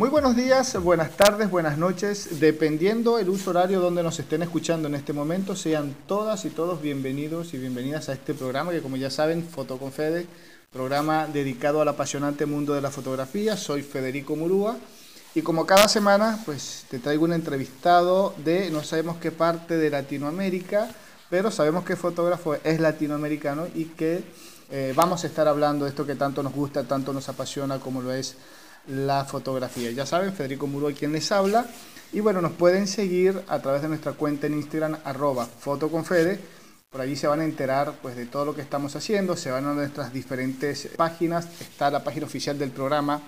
Muy buenos días, buenas tardes, buenas noches, dependiendo el uso horario donde nos estén escuchando en este momento. Sean todas y todos bienvenidos y bienvenidas a este programa que, como ya saben, Foto con Fede, programa dedicado al apasionante mundo de la fotografía. Soy Federico Murúa y como cada semana pues te traigo un entrevistado de no sabemos qué parte de Latinoamérica, pero sabemos que el fotógrafo es latinoamericano y que vamos a estar hablando de esto que tanto nos gusta, tanto nos apasiona como lo es la fotografía. Ya saben, Federico Murúa quien les habla, y bueno, nos pueden seguir a través de nuestra cuenta en Instagram @fotoconfede. Por allí se van a enterar pues de todo lo que estamos haciendo, se van a nuestras diferentes páginas. Está la página oficial del programa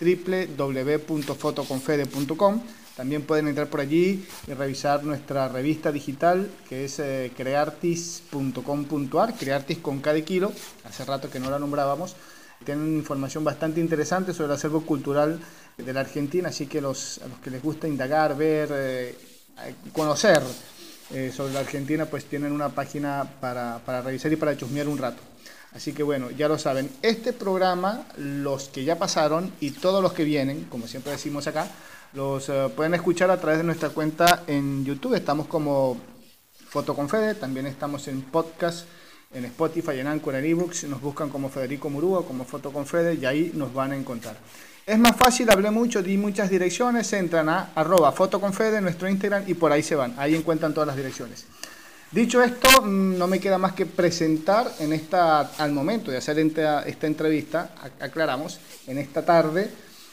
www.fotoconfede.com. También pueden entrar por allí y revisar nuestra revista digital, que es creartis.com.ar, Creartis con K de kilo, hace rato que no la nombrábamos. Tienen información bastante interesante sobre el acervo cultural de la Argentina, así que a los que les gusta indagar, ver, conocer sobre la Argentina, pues tienen una página para revisar y para chusmear un rato. Así que bueno, ya lo saben, este programa, los que ya pasaron y todos los que vienen, como siempre decimos acá, los pueden escuchar a través de nuestra cuenta en YouTube. Estamos como Foto con Fede, también estamos en podcast, en Spotify, en Anchor, en eBooks. Nos buscan como Federico Murúa, como Foto con Fede, y ahí nos van a encontrar. Es más fácil, hablé mucho, di muchas direcciones, entran a @fotoconfede, nuestro Instagram, y por ahí se van, ahí encuentran todas las direcciones. Dicho esto, no me queda más que presentar al momento de hacer esta entrevista, aclaramos, en esta tarde,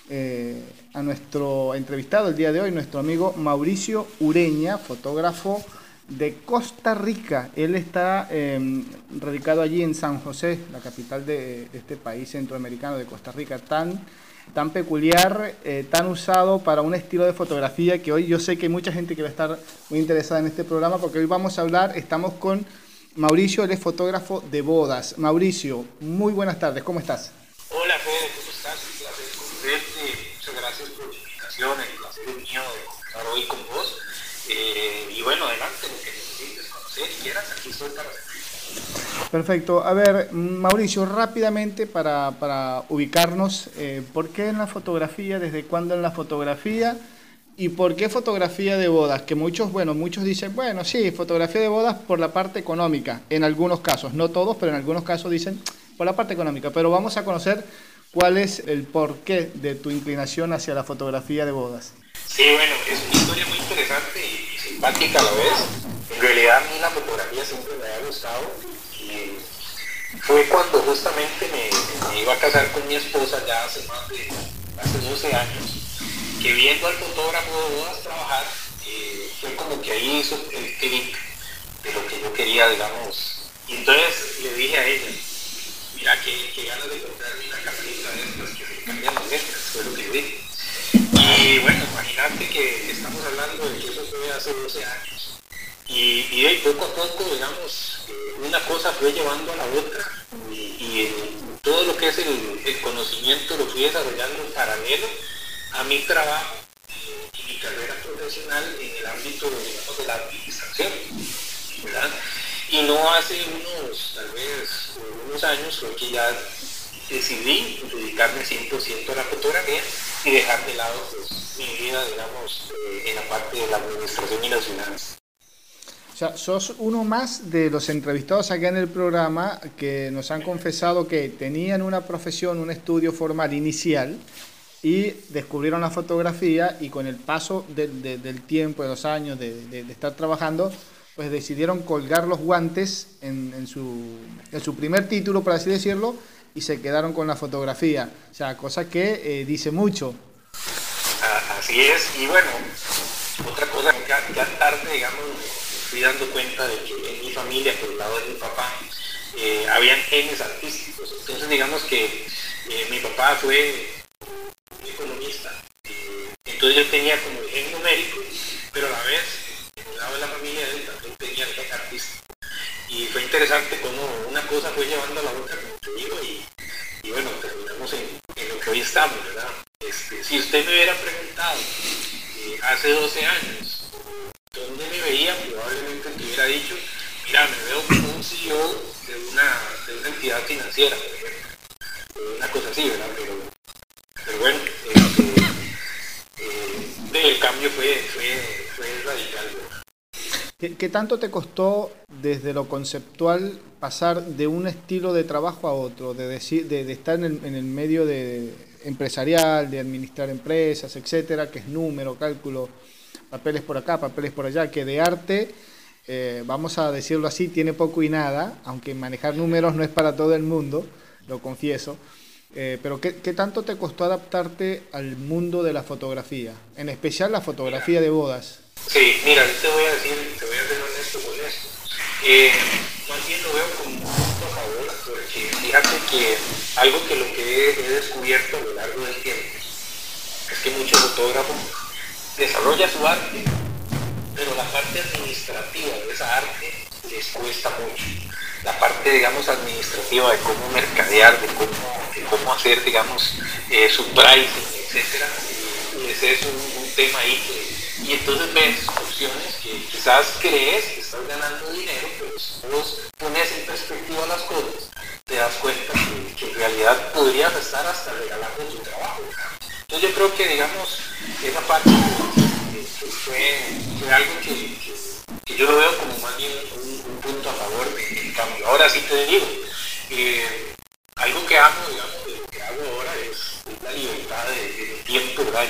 a nuestro entrevistado el día de hoy, nuestro amigo Mauricio Ureña, fotógrafo de Costa Rica. Él está radicado allí en San José, la capital de este país centroamericano, de Costa Rica, tan peculiar, tan usado para un estilo de fotografía que hoy yo sé que hay mucha gente que va a estar muy interesada en este programa, porque hoy vamos a hablar, estamos con Mauricio, él es fotógrafo de bodas. Mauricio, muy buenas tardes, ¿cómo estás? Hola Fede, ¿cómo estás? Un placer conocerte, muchas gracias por la invitación, el placer es mío de estar hoy con vos. Y bueno, adelante, lo que necesites conocer y quieras, aquí estoy para servir. Perfecto. A ver, Mauricio, rápidamente para ubicarnos, ¿por qué en la fotografía? ¿Desde cuándo en la fotografía? ¿Y por qué fotografía de bodas? Que muchos dicen, bueno, sí, fotografía de bodas por la parte económica, en algunos casos, no todos, pero en algunos casos dicen por la parte económica. Pero vamos a conocer cuál es el porqué de tu inclinación hacia la fotografía de bodas. Sí, bueno, es una historia muy interesante y simpática a la vez. En realidad a mí la fotografía siempre me ha gustado y fue cuando justamente me iba a casar con mi esposa ya hace 12 años, que viendo al fotógrafo de bodas trabajar, fue como que ahí hizo el clic de lo que yo quería, digamos. Y entonces le dije a ella, mira que ganas de comprarme una camarita de estas que se cambian de letras, fue lo que yo dije. Y bueno, imagínate que estamos hablando de que eso fue hace 12 años. Y de poco a poco, digamos, una cosa fue llevando a la otra y todo lo que es el conocimiento lo fui desarrollando en paralelo a mi trabajo y mi carrera profesional en el ámbito, digamos, de la administración, ¿verdad? Y no hace tal vez unos años fue que ya decidí dedicarme 100% a la fotografía y dejar de lado pues, mi vida, digamos, en la parte de la administración y las finanzas. O sea, sos uno más de los entrevistados acá en el programa que nos han confesado que tenían una profesión, un estudio formal inicial y descubrieron la fotografía, y con el paso del tiempo, de los años de estar trabajando, pues decidieron colgar los guantes en su primer título, por así decirlo, y se quedaron con la fotografía. O sea, cosa que dice mucho. Así es, y bueno, otra cosa, ya tarde, digamos, fui dando cuenta de que en mi familia, por el lado de mi papá, habían genes artísticos. Entonces, digamos que mi papá fue economista, entonces yo tenía como el gen numérico, pero a la vez, por el lado de la familia de él también tenía el gen artístico. Y fue interesante cómo una cosa fue llevando a la otra, como te digo, y bueno, terminamos en lo que hoy estamos, ¿verdad? Si usted me hubiera preguntado hace 12 años dónde me veía, probablemente te hubiera dicho, mira, me veo como un CEO de una entidad financiera, por ejemplo, una cosa así, ¿verdad? Pero bueno, cambio fue radical. ¿Qué tanto te costó desde lo conceptual pasar de un estilo de trabajo a otro, de estar en el medio empresarial, de administrar empresas, etcétera, que es número, cálculo, papeles por acá, papeles por allá, que de arte, vamos a decirlo así, tiene poco y nada, aunque manejar números no es para todo el mundo, lo confieso, pero ¿qué tanto te costó adaptarte al mundo de la fotografía, en especial la fotografía de bodas? Sí, mira, te voy a ser honesto con esto. Más bien lo veo como un punto a favor, porque fíjate que algo que lo que he descubierto a lo largo del tiempo es que muchos fotógrafos desarrollan su arte, pero la parte administrativa de esa arte les cuesta mucho. La parte, digamos, administrativa de cómo mercadear, de cómo hacer, digamos, su pricing, etcétera, ese es un tema ahí y entonces ves opciones que quizás crees que estás ganando dinero, pero si vos pones en perspectiva las cosas, te das cuenta que en realidad podrías estar hasta regalando tu trabajo. Entonces yo creo que, digamos, esa parte fue algo que yo lo veo como más bien un punto a favor del cambio. Ahora sí te digo, algo que amo, digamos, de lo que hago ahora es la libertad de tiempo, ¿verdad?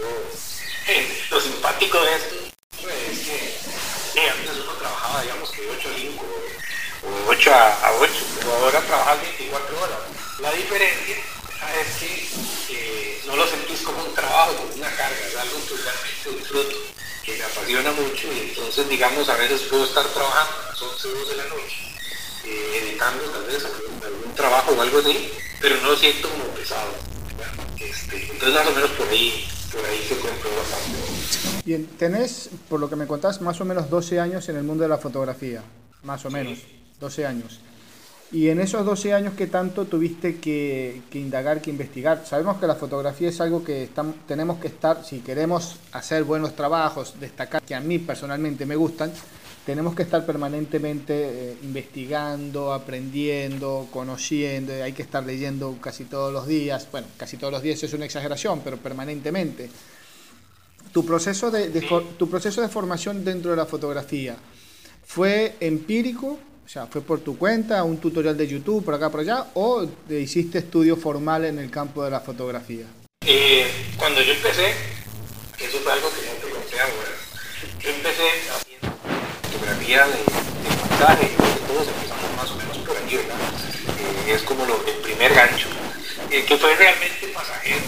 Lo simpático de esto pues, es que antes uno trabajaba, digamos, que de 8 a 5 o 8 a 8, pero ahora trabajas 24 horas. La diferencia es que no lo sentís como un trabajo, como una carga, es algo que realmente disfruto, que me apasiona mucho y entonces, digamos, a veces puedo estar trabajando a las 11 o 12 de la noche, editando tal vez algún trabajo o algo así, pero no lo siento como pesado. Entonces más o menos por ahí se compró bastante. Bien, tenés, por lo que me contás, más o menos 12 años en el mundo de la fotografía, más o menos, 12 años. Y en esos 12 años, ¿qué tanto tuviste que indagar, que investigar? Sabemos que la fotografía es algo que tenemos que estar, si queremos hacer buenos trabajos, destacar, que a mí personalmente me gustan, tenemos que estar permanentemente investigando, aprendiendo, conociendo, hay que estar leyendo casi todos los días. Bueno, casi todos los días es una exageración, pero permanentemente. Tu proceso de formación dentro de la fotografía, ¿fue empírico? O sea, ¿fue por tu cuenta, un tutorial de YouTube, por acá, por allá, o hiciste estudio formal en el campo de la fotografía? Cuando yo empecé, eso fue algo que no te conté ahora, yo empecé haciendo fotografía de paisaje, y todos empezamos más o menos por allí, ¿verdad? Es como el primer gancho, que fue realmente pasajero.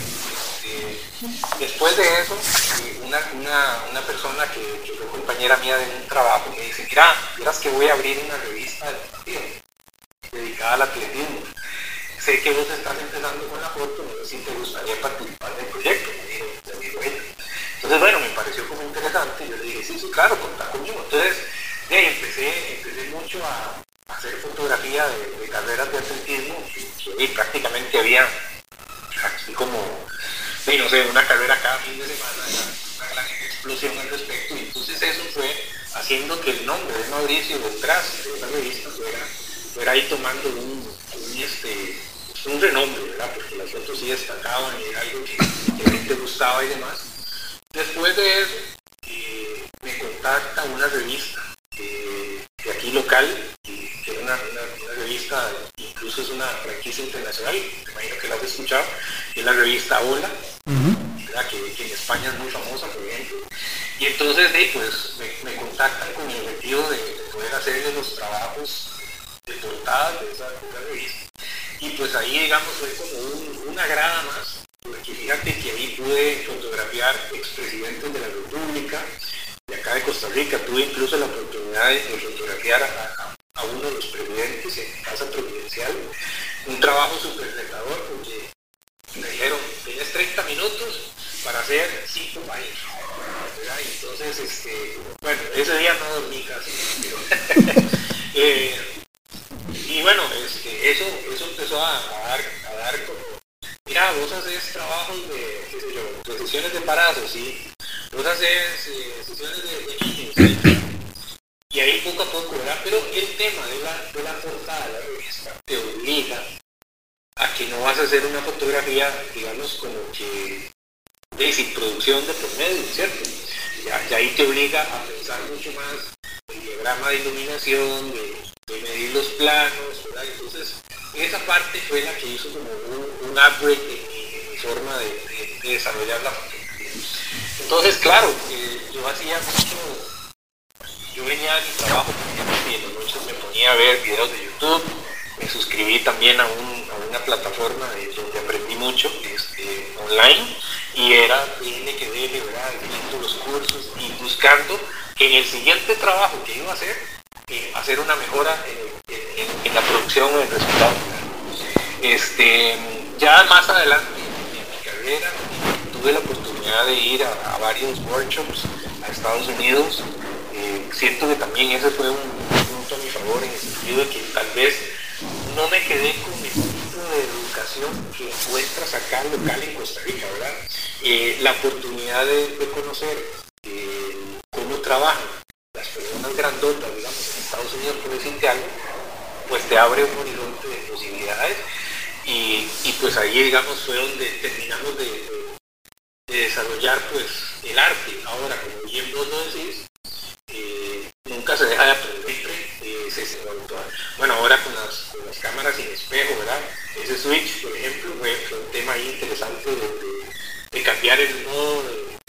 Después de eso, una persona que fue compañera mía de un trabajo me dice, mira, verás que voy a abrir una revista de atletismo, dedicada al atletismo. Sé que vos estás empezando con la foto, no sé si te gustaría participar del proyecto, me dijo ella. Entonces, bueno, me pareció como interesante, yo le dije, sí, claro, contá conmigo. Entonces, empecé mucho a hacer fotografía de carreras de atletismo, y prácticamente había aquí como, no sé, una carrera cada fin de semana, una gran explosión al respecto, y entonces eso fue haciendo que el nombre de Mauricio detrás de esa revista fuera ahí tomando un renombre, ¿verdad? Porque las fotos sí destacaban y era algo que a la gente gustaba y demás. Después de eso, me contacta una revista de aquí local, que es una revista, incluso es una franquicia internacional, me imagino que la has escuchado, es la revista Hola, que en España es muy famosa, por ejemplo. Y entonces pues me contactan con el objetivo de poder hacerle los trabajos de portada de esa revista. Y pues ahí, digamos, fue como una grada más, porque fíjate que ahí pude fotografiar expresidentes de la República, de acá de Costa Rica. Tuve incluso la oportunidad de fotografiar a uno de los presidentes en Casa Presidencial. Un trabajo súper retador, porque me dijeron, tienes 30 minutos para hacer 5 páginas. Entonces, bueno, ese día no dormí casi. Y bueno, eso empezó a dar como, mira, vos haces trabajos de sesiones de parazos, ¿sí? Vos haces sesiones de niños, ¿sí? Y ahí poco a poco, ¿verdad? Pero el tema de la portada de la revista te obliga a que no vas a hacer una fotografía, digamos, como que sin producción de por medio, ¿cierto? Ya ahí te obliga a pensar mucho más el diagrama de iluminación, de medir los planos, ¿verdad? Entonces, esa parte fue la que hizo como un upgrade en mi forma de desarrollar la fotografía. Entonces, claro, yo hacía mucho, yo venía de mi trabajo, y en las noches me ponía a ver videos de YouTube, me suscribí también a una plataforma donde aprendí mucho online, y era LinkedIn, ¿verdad? Viendo los cursos y buscando que en el siguiente trabajo que iba a hacer una mejora en la producción o en el resultado. Ya más adelante en mi carrera tuve la oportunidad de ir a varios workshops a Estados Unidos. Siento que también ese fue un punto a mi favor, en el sentido de que tal vez no me quedé con el tipo de educación que encuentras acá local en Costa Rica, ¿verdad? La oportunidad de conocer cómo trabajan las personas grandotas, digamos, en Estados Unidos, por decirte algo, pues te abre un horizonte de posibilidades, y pues ahí, digamos, fue donde terminamos de desarrollar pues el arte. Ahora, como bien vos lo decís, nunca se deja de aprender, bueno, ahora con las cámaras sin espejo, ¿verdad? Ese switch, por ejemplo, fue un tema ahí interesante de cambiar el modo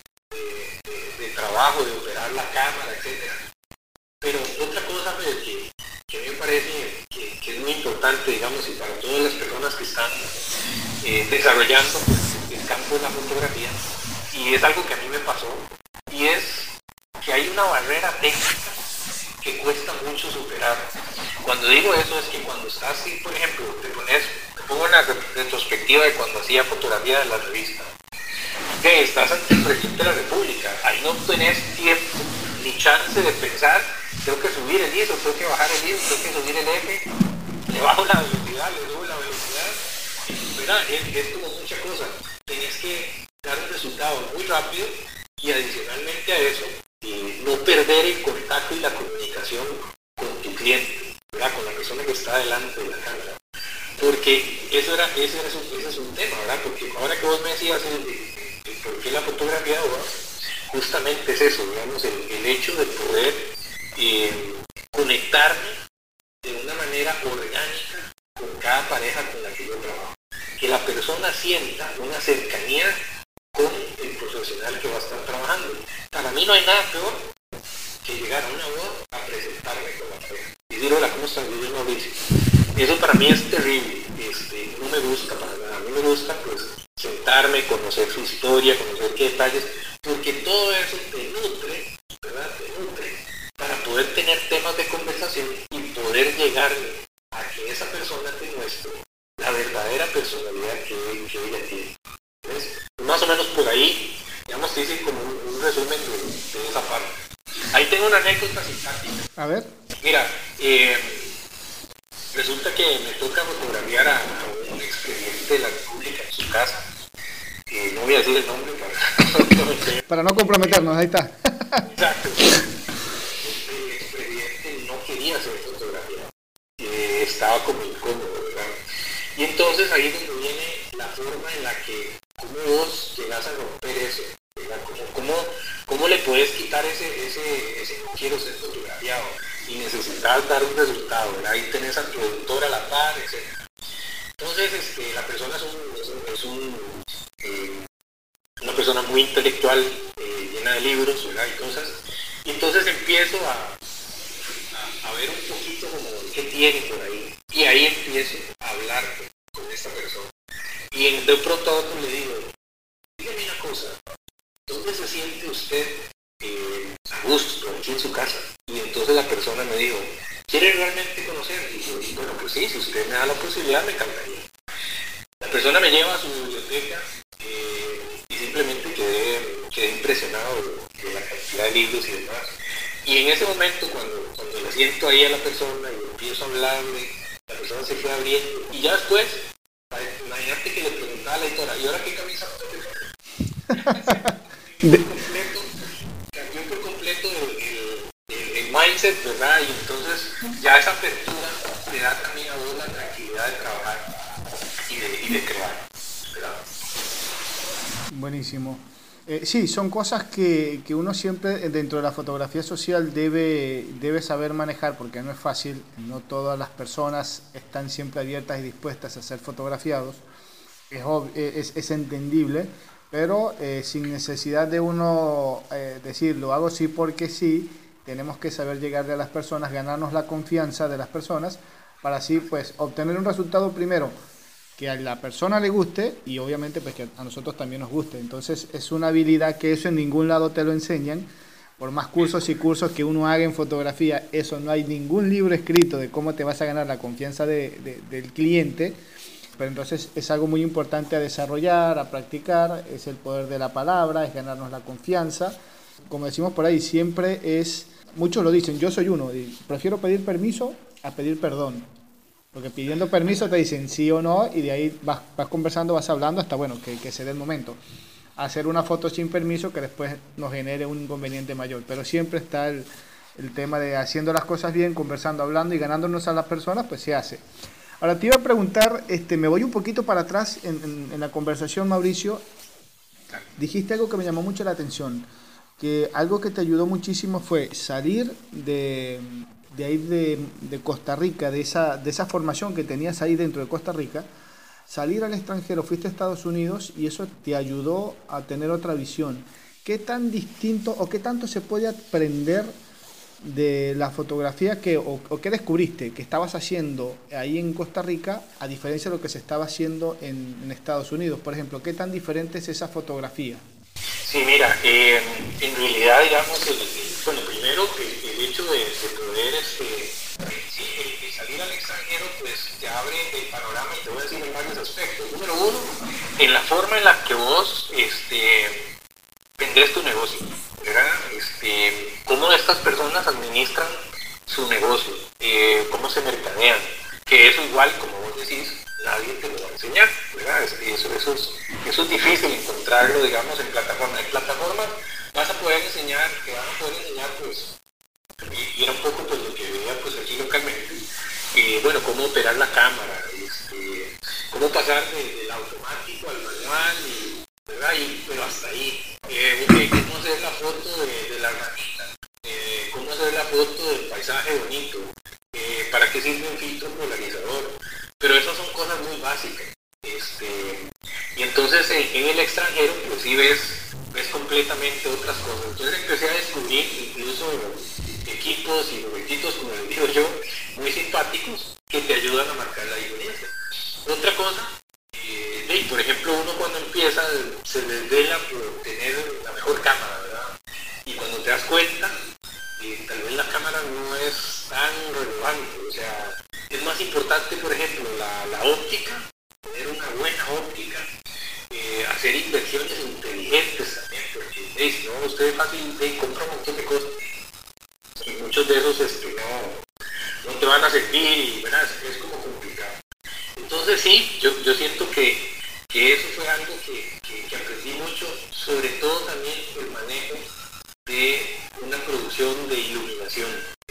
de trabajo, de operar la cámara, etcétera. Pero otra cosa pues, que me parece que es muy importante, digamos, y para todas las personas que están desarrollando pues, el campo de la fotografía, y es algo que a mí me pasó, y es que hay una barrera técnica que cuesta mucho superar. Cuando digo eso es que cuando estás, por ejemplo, te pongo una retrospectiva de cuando hacía fotografía de la revista, que estás ante el presidente de la República, ahí no tenés tiempo ni chance de pensar, tengo que subir el ISO, tengo que bajar el ISO, tengo que subir el F, le bajo la velocidad, le subo la velocidad, ¿verdad? Es como mucha cosa, tenés que dar un resultado muy rápido, y adicionalmente a eso, no perder el contacto y la comunicación con tu cliente, ¿verdad? Con la persona que está delante de la cámara, porque ese es un tema, ¿verdad? Porque ahora que vos me decías por qué la fotografía ahora, justamente es eso, digamos, el hecho de poder conectarme de una manera orgánica con cada pareja con la que yo trabajo, que la persona sienta una cercanía con el profesional que va a estar trabajando. Para mí no hay nada peor que llegar a una boda a presentarme con la pareja y decir, hola, ¿cómo estás? Yo soy Mauricio. Eso para mí es terrible, no me gusta para nada. A mí me gusta pues sentarme, conocer su historia, conocer qué detalles, porque todo eso te nutre, ¿verdad? Te nutre para poder tener temas de conversación y poder llegar a que esa persona te muestre la verdadera personalidad que ella tiene. Entonces, más o menos por ahí, digamos, te hice como un resumen de esa parte. Ahí tengo una anécdota simpática. A ver. Mira, resulta que me toca fotografiar a un expresidente de la República en su casa. No voy a decir el nombre para no comprometernos, ahí está. Exacto. El expresidente no quería hacer fotografía. Estaba como incómodo, ¿verdad? Y entonces ahí es donde viene la forma en la que, cómo vos llegás a romper eso, ¿verdad? ¿Cómo le puedes quitar ese no quiero ser fotografiado y necesitas dar un resultado, ¿verdad? Ahí tenés al productor a la par, etc. Entonces la persona es una persona muy intelectual, llena de libros, ¿verdad? Y cosas. Y entonces empiezo a ver un poquito como qué tiene por ahí. Y ahí empiezo a hablar con esta persona. Y de pronto a otro le digo, dígame una cosa, ¿dónde se siente usted a gusto aquí en su casa? Y entonces la persona me dijo, ¿quiere realmente conocer? Y yo, bueno, pues sí, si usted me da la posibilidad, me encantaría. La persona me lleva a su biblioteca y simplemente quedé impresionado de la cantidad de libros y demás. Y en ese momento, cuando le siento ahí a la persona y empiezo a hablarle, la persona se fue abriendo. Y ya después, imagínate que le preguntaba a la editora, ¿y ahora qué camisa vas a poner? Cambió por completo el mindset, ¿verdad? Y entonces ya esa apertura te da también a vos la tranquilidad de trabajar y de crear, ¿verdad? Buenísimo. Sí, son cosas que uno siempre dentro de la fotografía social debe saber manejar, porque no es fácil, no todas las personas están siempre abiertas y dispuestas a ser fotografiados, es entendible, pero sin necesidad de uno decir lo hago sí porque sí, tenemos que saber llegarle a las personas, ganarnos la confianza de las personas, para así pues obtener un resultado primero que a la persona le guste y obviamente pues que a nosotros también nos guste. Entonces es una habilidad que eso en ningún lado te lo enseñan. Por más cursos y cursos que uno haga en fotografía, eso no hay ningún libro escrito de cómo te vas a ganar la confianza del cliente. Pero entonces es algo muy importante a desarrollar, a practicar, es el poder de la palabra, es ganarnos la confianza. Como decimos por ahí, siempre es, muchos lo dicen, yo soy uno, y prefiero pedir permiso a pedir perdón. Porque pidiendo permiso te dicen sí o no y de ahí vas conversando, vas hablando hasta bueno que se dé el momento. Hacer una foto sin permiso que después nos genere un inconveniente mayor. Pero siempre está el tema de haciendo las cosas bien, conversando, hablando y ganándonos a las personas, pues se hace. Ahora te iba a preguntar, me voy un poquito para atrás en la conversación, Mauricio. Dijiste algo que me llamó mucho la atención, que algo que te ayudó muchísimo fue salir de ahí de Costa Rica, de esa formación que tenías ahí dentro de Costa Rica, salir al extranjero, fuiste a Estados Unidos y eso te ayudó a tener otra visión. ¿Qué tan distinto o qué tanto se puede aprender de la fotografía o qué descubriste que estabas haciendo ahí en Costa Rica a diferencia de lo que se estaba haciendo en Estados Unidos? Por ejemplo, ¿qué tan diferente es esa fotografía? Sí, mira, en realidad, digamos, bueno, primero el hecho de poder salir al extranjero, pues te abre el panorama y te voy a decir en varios aspectos. Número uno, en la forma en la que vos vendés tu negocio, ¿verdad? Cómo estas personas administran su negocio, cómo se mercadean, que eso igual, como vos decís, nadie te lo va a enseñar, ¿verdad? Eso es difícil encontrarlo, digamos, en plataformas. En plataformas vas a poder enseñar, te van a poder enseñar, pues, y era un poco pues lo que veía pues aquí localmente, bueno, cómo operar la cámara, cómo pasar del automático al manual, ¿verdad? Pero hasta ahí, cómo hacer la foto de la ranita, cómo hacer la foto del paisaje bonito, para qué sirve un filtro polarizador, pero esas son cosas muy básicas. Y entonces en el extranjero pues sí ves completamente otras cosas. Entonces empecé a descubrir incluso equipos y juguetitos, como les digo yo, muy simpáticos que te ayudan a marcar la diferencia. Otra cosa, por ejemplo, uno cuando empieza se desvela por tener la mejor cámara, ¿verdad? Y cuando te das cuenta, tal vez la cámara no es tan relevante, o sea, es más importante, por ejemplo, la óptica, tener una buena óptica, hacer inversiones inteligentes también, porque si no, usted fácil compra un montón de cosas y muchos de esos no te van a servir y ¿verdad? Es como complicado. Entonces sí, yo siento que eso fue algo que aprendí mucho, sobre todo también el manejo de una producción de iluminación,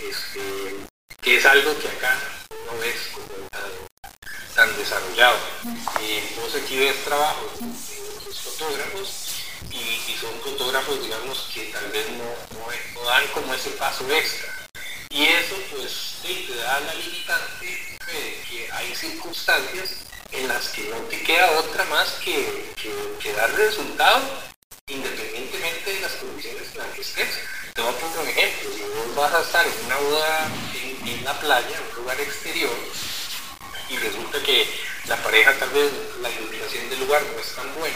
que es algo que acá no ves como tan desarrollado. Vos aquí ves trabajos de otros fotógrafos y son fotógrafos, digamos, que tal vez no dan como ese paso extra. Y eso pues sí, te da la limitante de que hay circunstancias en las que no te queda otra más que dar resultado independientemente de las condiciones en las que estés. Te voy a poner un ejemplo. Si vos vas a estar en una boda en la playa, en un lugar exterior, y resulta que la pareja tal vez la iluminación del lugar no es tan buena,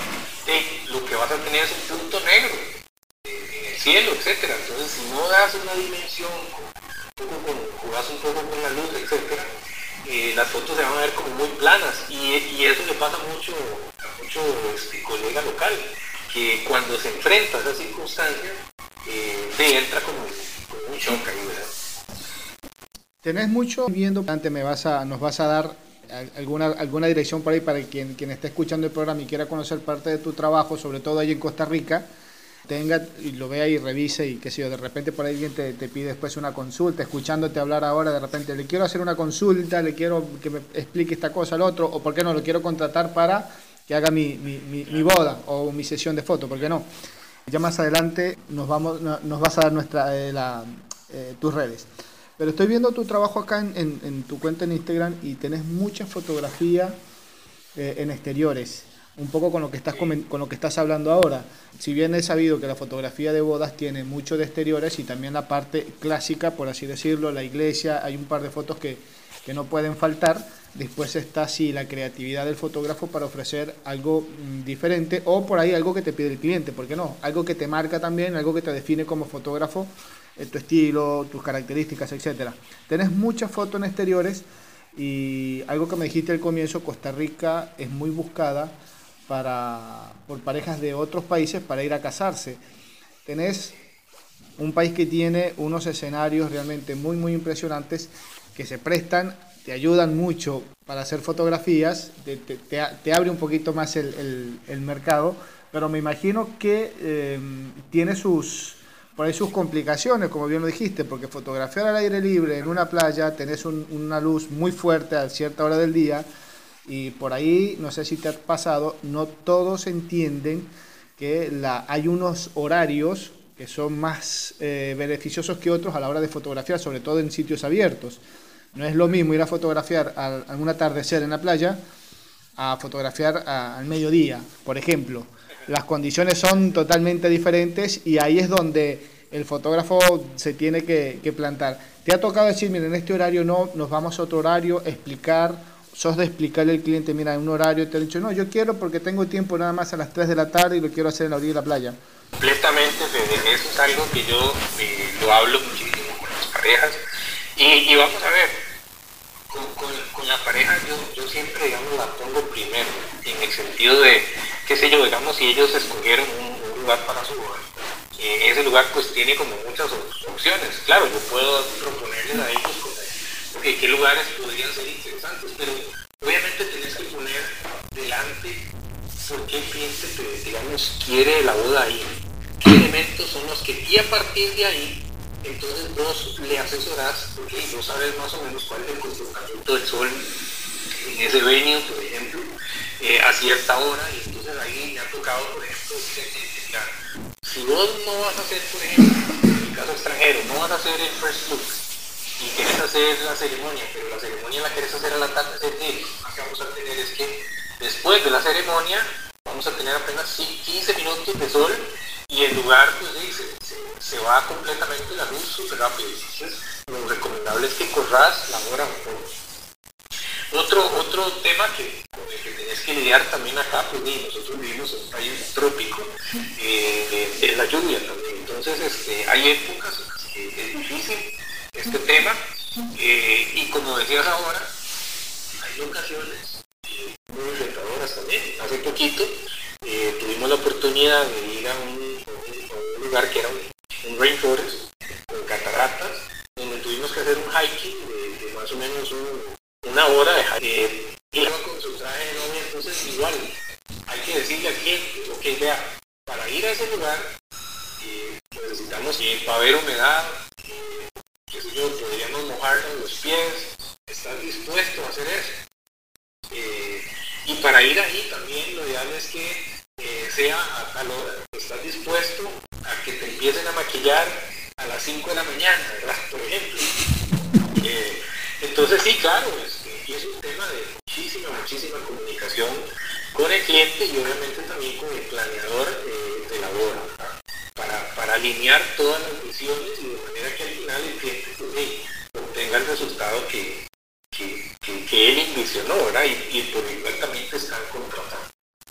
lo que vas a tener es un punto negro en el cielo, etcétera. Entonces si no das una dimensión, jugás un poco con la luz, etcétera, las fotos se van a ver como muy planas y eso le pasa mucho a mucho colega local, que cuando se enfrenta a esas circunstancias te entra como un shock ahí, ¿verdad? Tenés mucho viendo, antes nos vas a dar alguna dirección por ahí para quien esté escuchando el programa y quiera conocer parte de tu trabajo, sobre todo ahí en Costa Rica, tenga y lo vea y revise y qué sé yo, de repente por ahí alguien te pide después una consulta, escuchándote hablar ahora, de repente le quiero hacer una consulta, le quiero que me explique esta cosa, al otro, o por qué no, lo quiero contratar para que haga mi boda o mi sesión de foto, ¿por qué no? Ya más adelante nos vas a dar tus redes. Pero estoy viendo tu trabajo acá en tu cuenta en Instagram y tenés mucha fotografía en exteriores, un poco con lo que estás hablando ahora. Si bien he sabido que la fotografía de bodas tiene mucho de exteriores y también la parte clásica, por así decirlo, la iglesia, hay un par de fotos que no pueden faltar. Después está sí la creatividad del fotógrafo para ofrecer algo diferente, o por ahí algo que te pide el cliente, ¿por qué no? Algo que te marca también, algo que te define como fotógrafo, tu estilo, tus características, etcétera. Tenés muchas fotos en exteriores y algo que me dijiste al comienzo, Costa Rica es muy buscada por parejas de otros países para ir a casarse. Tenés un país que tiene unos escenarios realmente muy, muy impresionantes que se prestan, te ayudan mucho para hacer fotografías, te abre un poquito más el mercado, pero me imagino que tiene por ahí sus complicaciones, como bien lo dijiste, porque fotografiar al aire libre en una playa, tenés una luz muy fuerte a cierta hora del día, y por ahí, no sé si te ha pasado, no todos entienden que hay unos horarios que son más beneficiosos que otros a la hora de fotografiar, sobre todo en sitios abiertos. No es lo mismo ir a fotografiar algún atardecer en la playa a fotografiar al mediodía, por ejemplo. Las condiciones son totalmente diferentes y ahí es donde el fotógrafo se tiene que plantar. ¿Te ha tocado decir, mira, en este horario no, nos vamos a otro horario, sos de explicarle al cliente, mira, en un horario te han dicho, no, yo quiero porque tengo tiempo nada más a las 3 de la tarde y lo quiero hacer en la orilla de la playa? Completamente, Fede, eso es algo que yo lo hablo muchísimo con las parejas y vamos a ver, con la pareja yo siempre, digamos, la pongo primero, en el sentido de, qué sé yo, digamos, si ellos escogieron un lugar para su boda, ese lugar pues tiene como muchas opciones. Claro, yo puedo proponerles a ellos qué lugares podrían ser interesantes, pero obviamente tenés que poner delante por qué el cliente, digamos, quiere la boda ahí, qué elementos son los que, y a partir de ahí, entonces vos le asesorás, porque vos sabes más o menos cuál es el comportamiento del sol en ese venue, por ejemplo, a cierta hora, y entonces ahí me ha tocado, por ejemplo, claro, si vos no vas a hacer, por ejemplo, en el caso extranjero, no vas a hacer el first look y quieres hacer la ceremonia, pero la ceremonia la quieres hacer a la tarde, lo que vamos a tener es que después de la ceremonia vamos a tener apenas 15 minutos de sol y el lugar pues se va completamente la luz súper rápido. Entonces lo recomendable es que corras la hora un poco. Otro tema con el que tenés que lidiar también acá, pues nosotros vivimos en un país trópico, es la lluvia también. Entonces hay épocas en las que es difícil este tema, y como decías ahora, hay ocasiones muy rentadoras también. Hace poquito tuvimos la oportunidad de ir a un lugar que era un rainforest con cataratas, donde tuvimos que hacer un hiking de más o menos una hora de hiking. Iba con su traje de novia, entonces igual hay que decirle al cliente, ok, vea, para ir a ese lugar necesitamos, va a haber humedad, qué sé yo, podríamos mojarnos los pies, ¿estás dispuesto a hacer eso? Y para ir ahí también lo ideal es que sea a tal hora, estás dispuesto a que te empiecen a maquillar a las 5 de la mañana, ¿verdad? Por ejemplo. Entonces sí, claro, y es un tema de muchísima comunicación con el cliente y obviamente también con el planeador de la boda, ¿verdad? Para alinear todas las visiones y de manera que al final el cliente obtenga el resultado que él envisionó, ¿verdad? Y por igual también te están contratando.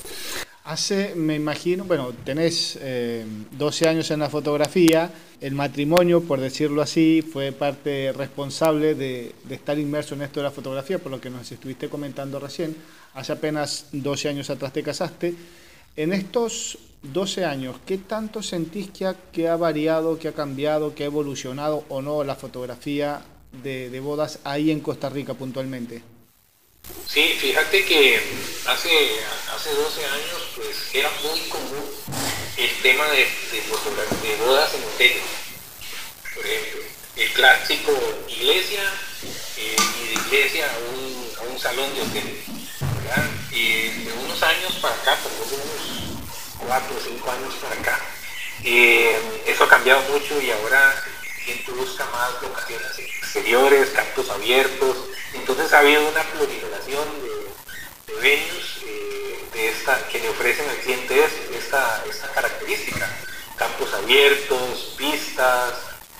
Me imagino, bueno, tenés 12 años en la fotografía, el matrimonio, por decirlo así, fue parte responsable de estar inmerso en esto de la fotografía, por lo que nos estuviste comentando recién. Hace apenas 12 años atrás te casaste. En estos 12 años, ¿qué tanto sentís que ha variado, que ha cambiado, que ha evolucionado o no la fotografía de bodas ahí en Costa Rica puntualmente? Sí, fíjate que hace 12 años pues era muy común el tema de bodas en hotel. Por ejemplo, el clásico iglesia y de iglesia a un salón de hotel, ¿verdad? Y de unos años para acá, tal vez unos 4 o 5 años para acá, eso ha cambiado mucho y ahora la gente busca más locaciones exteriores, campos abiertos. Entonces ha habido una proliferación de venues que le ofrecen al cliente esta característica: campos abiertos, pistas,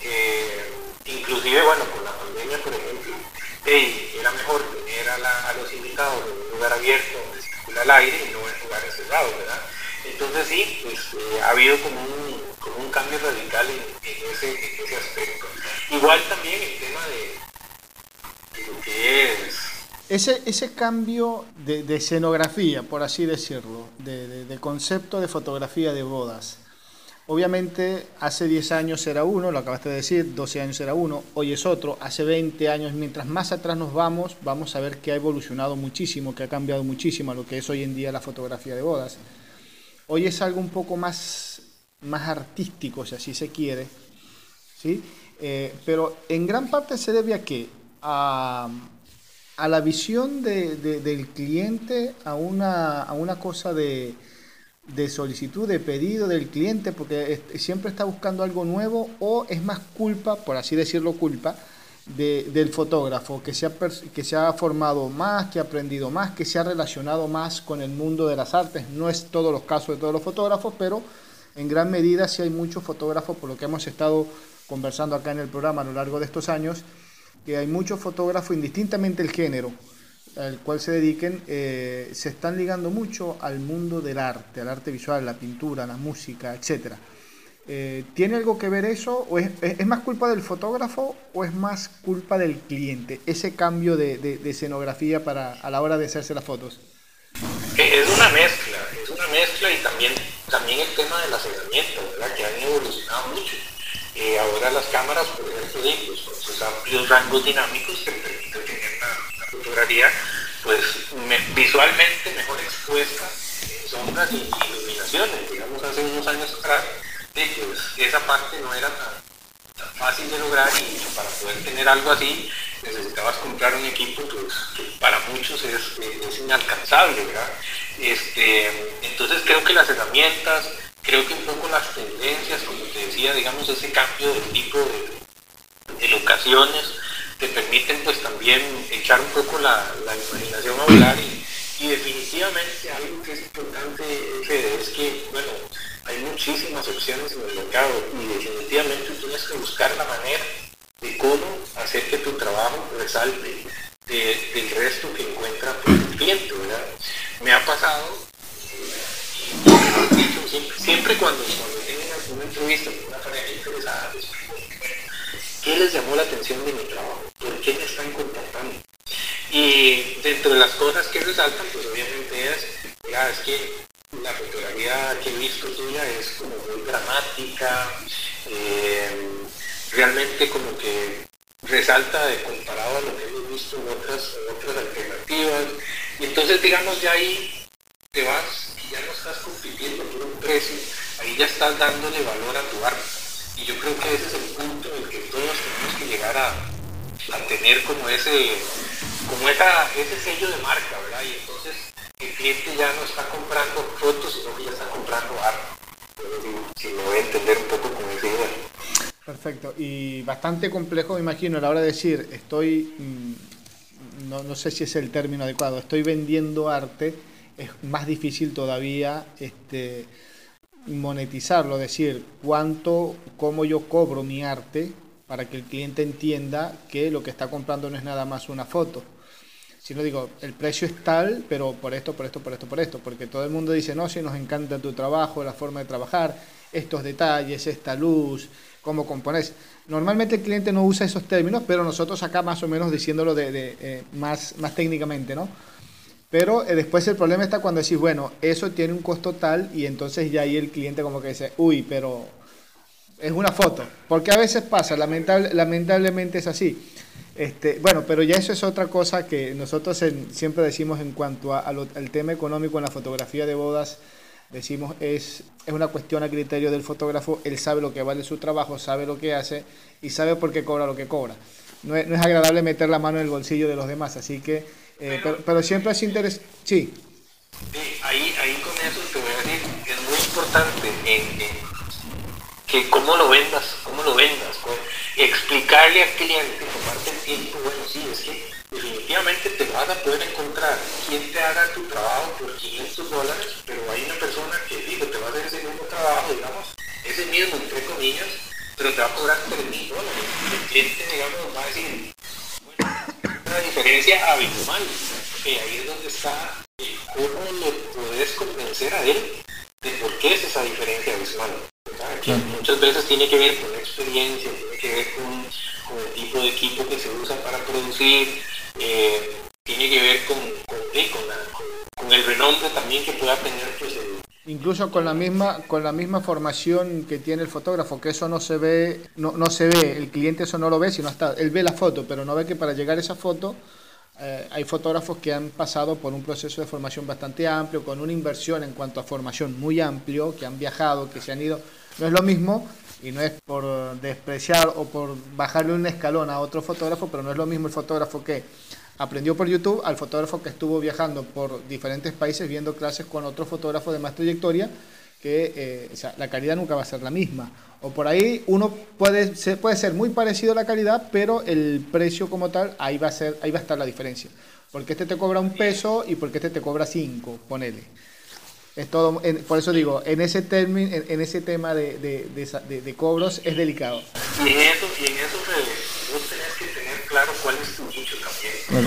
inclusive, bueno, con la pandemia, por ejemplo, era mejor tener a los invitados en un lugar abierto donde circula el aire y no en lugares cerrados, ¿verdad? Entonces sí, pues ha habido como un cambio radical en ese aspecto. Igual también el tema de lo que es... Ese cambio de escenografía, por así decirlo, de concepto de fotografía de bodas. Obviamente hace 10 años era uno, lo acabaste de decir, 12 años era uno, hoy es otro, hace 20 años, mientras más atrás nos vamos a ver que ha evolucionado muchísimo, que ha cambiado muchísimo a lo que es hoy en día la fotografía de bodas. Hoy es algo un poco más artístico, si así se quiere, ¿sí? Pero en gran parte se debe a ¿qué? A la visión del cliente, a una cosa de solicitud, de pedido del cliente, porque siempre está buscando algo nuevo, o es más culpa, por así decirlo, culpa del fotógrafo, que se ha formado más, que ha aprendido más, que se ha relacionado más con el mundo de las artes. No es todos los casos de todos los fotógrafos, pero en gran medida sí hay muchos fotógrafos, por lo que hemos estado conversando acá en el programa a lo largo de estos años, que hay muchos fotógrafos, indistintamente el género al cual se dediquen, se están ligando mucho al mundo del arte, al arte visual, la pintura, la música, etc. ¿Tiene algo que ver eso? ¿O es más culpa del fotógrafo o es más culpa del cliente, ese cambio de escenografía a la hora de hacerse las fotos? Es una mezcla y también el tema de las herramientas, ¿verdad? Que han evolucionado mucho. Ahora las cámaras, por ejemplo, pues, con sus amplios rangos dinámicos que permiten tener la fotografía pues visualmente mejor expuesta en sombras y iluminaciones. Digamos, hace unos años atrás, pues esa parte no era tan fácil de lograr, y para poder tener algo así necesitabas comprar un equipo pues, que para muchos es inalcanzable, ¿verdad? Entonces creo que las herramientas, creo que un poco las tendencias, como te decía, digamos, ese cambio del tipo de locaciones te permiten pues también echar un poco la imaginación a volar, y definitivamente algo que es importante, Fede, es que, bueno, hay muchísimas opciones en el mercado y definitivamente tienes que buscar la manera de cómo hacer que tu trabajo resalte del resto que encuentra pues, el cliente, ¿verdad? Me ha pasado, siempre cuando tienen alguna entrevista con una pareja interesada, pues, ¿qué les llamó la atención de mi trabajo? ¿Por qué me están contactando? Y dentro de las cosas que resaltan, pues obviamente es que la fotografía que he visto tuya es como muy dramática, realmente como que resalta comparado a lo que hemos visto en otras alternativas. Y entonces, digamos, ya ahí te vas y ya no estás compitiendo por un precio, ahí ya estás dándole valor a tu arte. Y yo creo que ese es el punto en el que todos tenemos que llegar a tener como ese sello de marca, ¿verdad? Y entonces el cliente ya no está comprando fotos, sino que ya está comprando arte. Si me voy a entender un poco con esa idea. Perfecto. Y bastante complejo, me imagino, a la hora de decir, no sé si es el término adecuado, estoy vendiendo arte, es más difícil todavía monetizarlo, es decir, cómo yo cobro mi arte para que el cliente entienda que lo que está comprando no es nada más una foto. Si no digo, el precio es tal, pero por esto, porque todo el mundo dice, no, si nos encanta tu trabajo, la forma de trabajar, estos detalles, esta luz, cómo compones. Normalmente el cliente no usa esos términos, pero nosotros acá más o menos diciéndolo más técnicamente, ¿no? Pero después el problema está cuando decís, bueno, eso tiene un costo tal, y entonces ya ahí el cliente como que dice, uy, pero es una foto. Porque a veces pasa, lamentablemente es así. Bueno, pero ya eso es otra cosa que nosotros siempre decimos en cuanto al tema económico en la fotografía de bodas. Decimos, es una cuestión a criterio del fotógrafo. Él sabe lo que vale su trabajo, sabe lo que hace y sabe por qué cobra lo que cobra. No es agradable meter la mano en el bolsillo de los demás, así que pero siempre es interesante. Sí. Ahí eso te voy a decir, es muy importante que cómo lo vendas, pues, explicarle al cliente, tomarte el tiempo, bueno, sí, es que definitivamente te vas a poder encontrar quien te haga tu trabajo por $500, pero hay una persona que digo, te va a hacer ese mismo trabajo, digamos, ese mismo, entre comillas, pero te va a cobrar $3,000. El cliente, digamos, va a decir, bueno, una diferencia abismal, que ahí es donde está, cómo le puedes convencer a él de por qué es esa diferencia abismal. Que muchas veces tiene que ver con la experiencia, tiene que ver con el tipo de equipo que se usa para producir, tiene que ver con el renombre también que pueda tener pues, incluso con la misma formación que tiene el fotógrafo, que eso no se ve, no se ve, el cliente eso no lo ve, sino hasta él ve la foto, pero no ve que para llegar a esa foto hay fotógrafos que han pasado por un proceso de formación bastante amplio, con una inversión en cuanto a formación muy amplio, que han viajado, que se han ido. No es lo mismo, y no es por despreciar o por bajarle un escalón a otro fotógrafo, pero no es lo mismo el fotógrafo que aprendió por YouTube al fotógrafo que estuvo viajando por diferentes países viendo clases con otro fotógrafo de más trayectoria, que o sea, la calidad nunca va a ser la misma. O por ahí uno puede ser muy parecido a la calidad, pero el precio como tal, ahí va a estar la diferencia. Porque este te cobra $1 peso y porque este te cobra 5, ponele. Es todo, por eso digo, en ese tema de cobros es delicado. Y en eso vos tenés que tener claro cuál es tu nicho también. Bueno.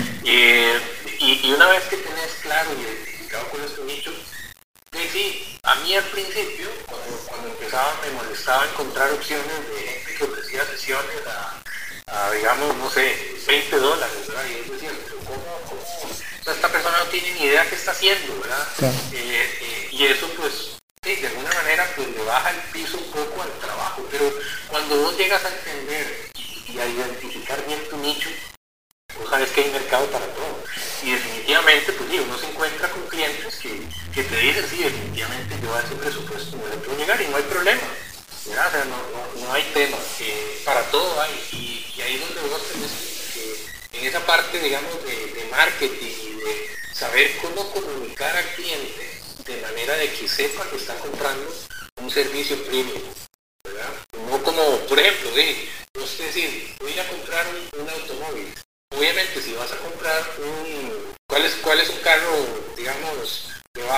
Y una vez que tenés claro y identificado cuál es tu nicho, sí, a mí al principio, cuando empezaba, me molestaba encontrar opciones de gente que ofrecía sesiones a digamos, no sé, $20, ¿verdad? Y yo decía, pero ¿cómo? O sea, esta persona no tiene ni idea qué está haciendo, ¿verdad? Claro. Y eso, pues, sí, de alguna manera, pues le baja el piso un poco al trabajo, pero cuando vos llegas a entender y a identificar bien tu nicho, vos sabes que hay mercado para todo. Y definitivamente, pues digo, uno se encuentra con clientes que te dicen, sí, definitivamente yo a ese presupuesto no le puedo llegar y no hay problema. ¿Verdad? O sea, no hay tema, para todo hay. Y ahí es donde vos tenés que, en esa parte, digamos, de marketing y de saber cómo comunicar al cliente de manera de que sepa que está comprando un servicio premium. ¿Verdad? No como, por ejemplo, vos decís, voy a ir a comprar un automóvil. Obviamente, si vas a comprar ¿cuál es un carro, digamos,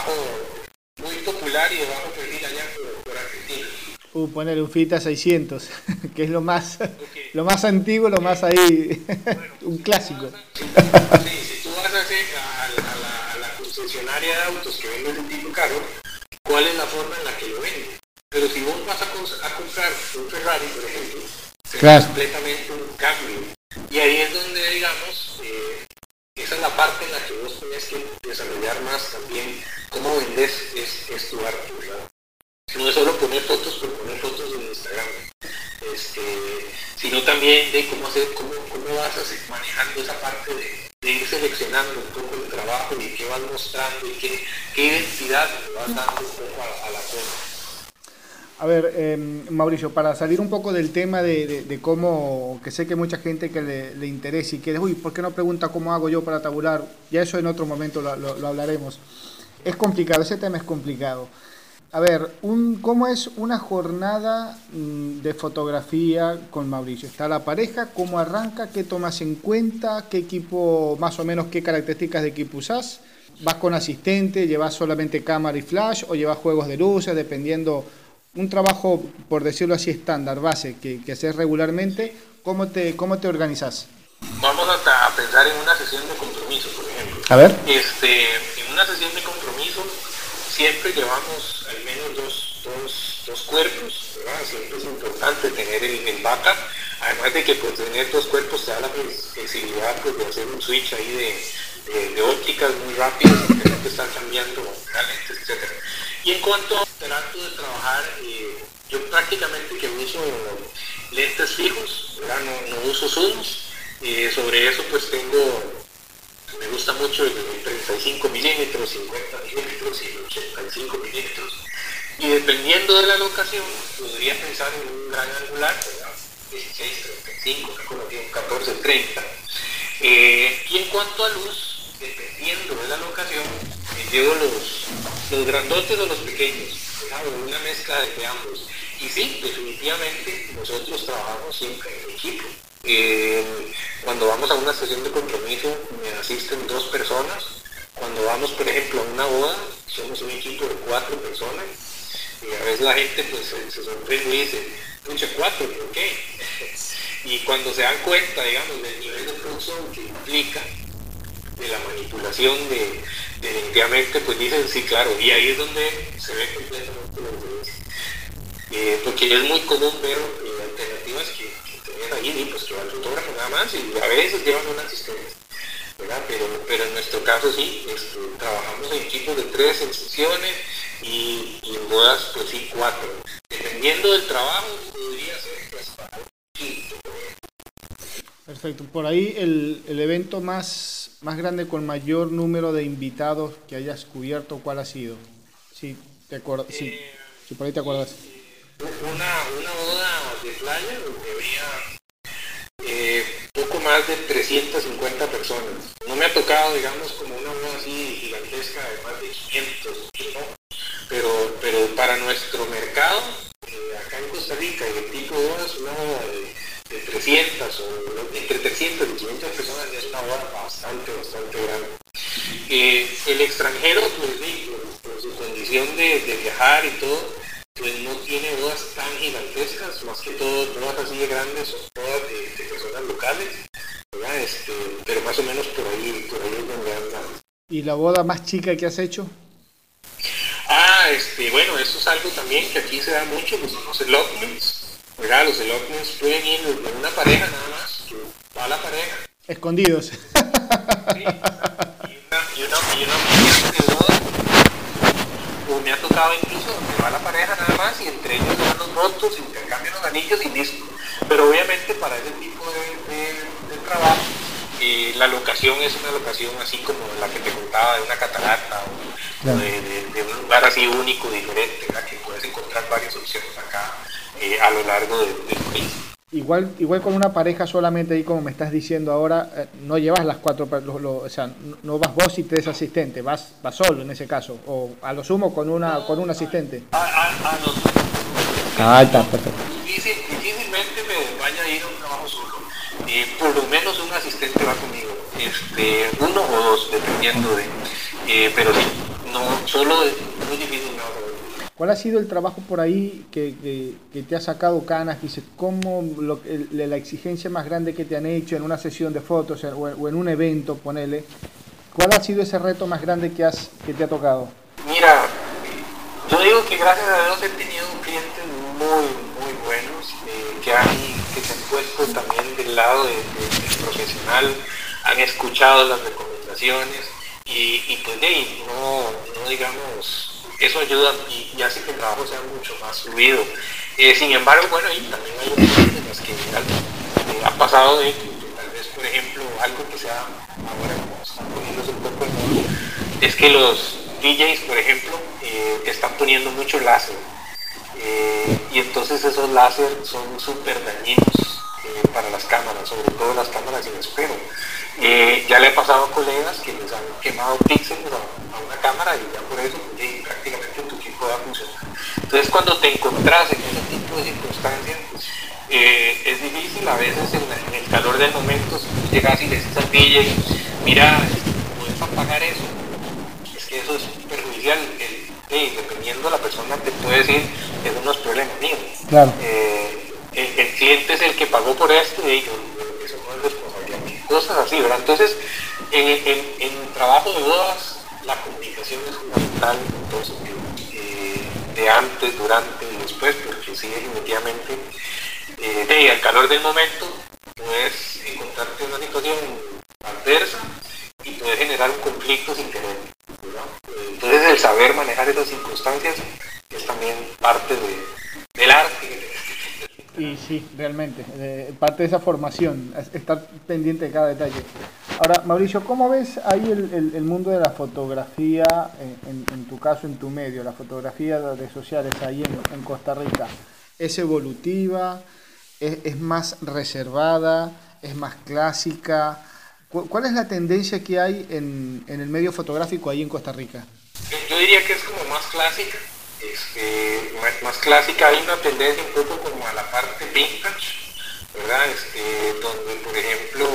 muy popular y de bajo perfil allá por Argentina? Poner un Fita 600, que es lo más antiguo, lo más ahí, bueno, un clásico. Si tú vas a la concesionaria de autos que vende ese tipo de carro, ¿cuál es la forma en la que lo venden? Pero si vos vas a comprar un Ferrari, por ejemplo, claro, es completamente un cambio. Y ahí es donde, digamos, esa es la parte en la que vos tenés que desarrollar más también cómo vendes es tu arte, ¿verdad? No es solo poner fotos por poner fotos en Instagram, sino también de cómo vas manejando esa parte de ir seleccionando un poco el trabajo y qué vas mostrando y qué identidad le vas dando un poco a la cosa. A ver, Mauricio, para salir un poco del tema de cómo, que sé que mucha gente que le interesa y que, ¿por qué no pregunta cómo hago yo para tabular? Ya eso en otro momento lo hablaremos. Es complicado, ese tema es complicado. A ver, ¿cómo es una jornada de fotografía con Mauricio? ¿Está la pareja? ¿Cómo arranca? ¿Qué tomas en cuenta? ¿Qué equipo, más o menos, qué características de equipo usás? ¿Vas con asistente? ¿Llevas solamente cámara y flash? ¿O llevas juegos de luces? Dependiendo, un trabajo, por decirlo así, estándar, base, que haces regularmente, ¿cómo te organizás? Vamos a pensar en una sesión de compromiso, por ejemplo. A ver. En una sesión de compromiso siempre llevamos al menos dos cuerpos, ¿verdad? Siempre es importante tener el backup, además de que pues, tener 2 cuerpos te da la flexibilidad pues, de hacer un switch ahí de ópticas muy rápido, sin tener que estar cambiando lentes, etc. Y en cuanto trato de trabajar, yo prácticamente que uso lentes fijos, ¿verdad? No uso zooms, sobre eso pues me gusta mucho el 35 milímetros, 50 milímetros y el 85 milímetros. Y dependiendo de la locación, podría pensar en un gran angular, ¿verdad? 16, 35, 14, 30. Y en cuanto a luz, dependiendo de la locación, llevo los grandotes o los pequeños, una mezcla de ambos. Y sí, definitivamente nosotros trabajamos siempre en equipo. Cuando vamos a una sesión de compromiso me asisten 2 personas. Cuando vamos, por ejemplo, a una boda, somos un equipo de 4 personas. Y a veces la gente pues se sorprende y dice, pucha, 4, ¿por qué? Y cuando se dan cuenta, digamos, del nivel de producción que implica, de la manipulación definitivamente, pues dicen, sí, claro, y ahí es donde se ve completamente la diferencia. Porque es muy común ver alternativas que tenían ahí, pues que va el fotógrafo nada más, y a veces llevan un asistente, ¿verdad? Pero en nuestro caso sí, trabajamos en equipos de 3 en sesiones, y en bodas, pues sí, 4. Dependiendo del trabajo, podría ser pues para un quinto. Perfecto. Por ahí el evento más grande con mayor número de invitados que hayas cubierto, ¿cuál ha sido? Si por ahí te acuerdas. Una boda de playa donde había poco más de 350 personas. No me ha tocado, digamos, como una boda así gigantesca de más de 500, ¿no? Pero para nuestro mercado, acá en Costa Rica, y el tipo de bodas, una boda de 300 o entre 300 y 500 personas ya es una boda bastante grande. El extranjero, pues por su condición de viajar y todo, pues no tiene bodas tan gigantescas, más que todo bodas así de grandes, son bodas de personas locales, ¿verdad? Pero más o menos por ahí es donde andan. ¿Y la boda más chica que has hecho? Bueno, eso es algo también que aquí se da mucho, que son los elopements, ¿verdad? Los elopements pueden ir de una pareja nada más, que va la pareja. Escondidos. Sí, y una de boda, o me ha tocado incluso donde va la pareja nada más, y entre ellos dan los votos, intercambian los anillos y listo. Pero obviamente para ese tipo de trabajo, la locación es una locación así como la que te contaba, de una catarata o de un lugar así único, diferente, ¿verdad? Que puedes encontrar varias opciones acá a lo largo del país. Igual con una pareja solamente ahí, como me estás diciendo ahora, no llevas las 4, o sea, no vas vos y 3 asistentes, vas solo en ese caso, o a lo sumo con un asistente. A los Está perfecto. Difícilmente me vaya a ir a un trabajo solo. Por lo menos un asistente va conmigo, 1 o 2 dependiendo pero sí, no, solo es muy difícil. ¿Cuál ha sido el trabajo por ahí que te ha sacado canas? Dices, ¿cómo la exigencia más grande que te han hecho en una sesión de fotos o en un evento, ponele? ¿Cuál ha sido ese reto más grande que te ha tocado? Mira, yo digo que gracias a Dios he tenido clientes muy buenos, que se han puesto también del lado del profesional, han escuchado las recomendaciones y pues no digamos, eso ayuda y hace que el trabajo sea mucho más fluido. Sin embargo, bueno, y también hay ocasiones en las que ha pasado de que tal vez, por ejemplo, algo que sea ahora como están poniéndose un poco en moda, es que los DJs, por ejemplo, están poniendo mucho láser. Y entonces esos láser son súper dañinos para las cámaras, sobre todo las cámaras sin espejo. Ya le ha pasado a colegas que les han quemado píxeles a una cámara y ya por eso prácticamente tu equipo va a funcionar. Entonces cuando te encontrás en ese tipo de circunstancias, es difícil a veces en el calor del momento, si tú llegas y le dices al DJ, mira, puedes apagar eso, es que eso es perjudicial. Dependiendo de la persona te puede decir que son unos problemas míos. Claro. El cliente es el que pagó por esto y eso no es responsabilidad mía. Cosas así, ¿verdad? Entonces, en el trabajo de bodas, la comunicación es fundamental en todo sentido. De antes, durante y después, porque sí, definitivamente, al calor del momento, puedes encontrarte en una situación adversa y puedes generar un conflicto sin querer. Entonces el saber manejar esas circunstancias es también parte del arte. Y sí, realmente, parte de esa formación, estar pendiente de cada detalle. Ahora, Mauricio, ¿cómo ves ahí el mundo de la fotografía, en tu caso, en tu medio, la fotografía de redes sociales ahí en Costa Rica? ¿Es evolutiva? ¿Es más reservada? ¿Es más clásica? ¿Cuál es la tendencia que hay en el medio fotográfico ahí en Costa Rica? Yo diría que es como más clásica, más clásica. Hay una tendencia un poco como a la parte vintage, ¿verdad? Donde, por ejemplo,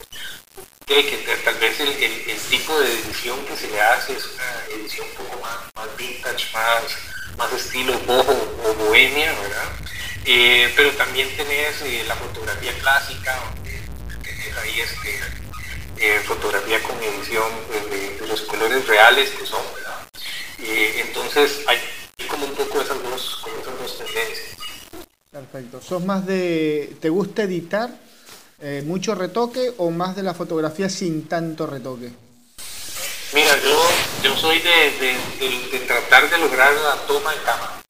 que tal vez el tipo de edición que se le hace es una edición un poco más vintage, más estilo boho o bohemia, ¿verdad? Pero también tenés la fotografía clásica, donde tenés ahí fotografía con edición de los colores reales que son, ¿verdad? Entonces hay como un poco esas dos tendencias. Perfecto. ¿Sos más te gusta editar mucho retoque o más de la fotografía sin tanto retoque? Mira, yo soy de tratar de lograr la toma en cámara.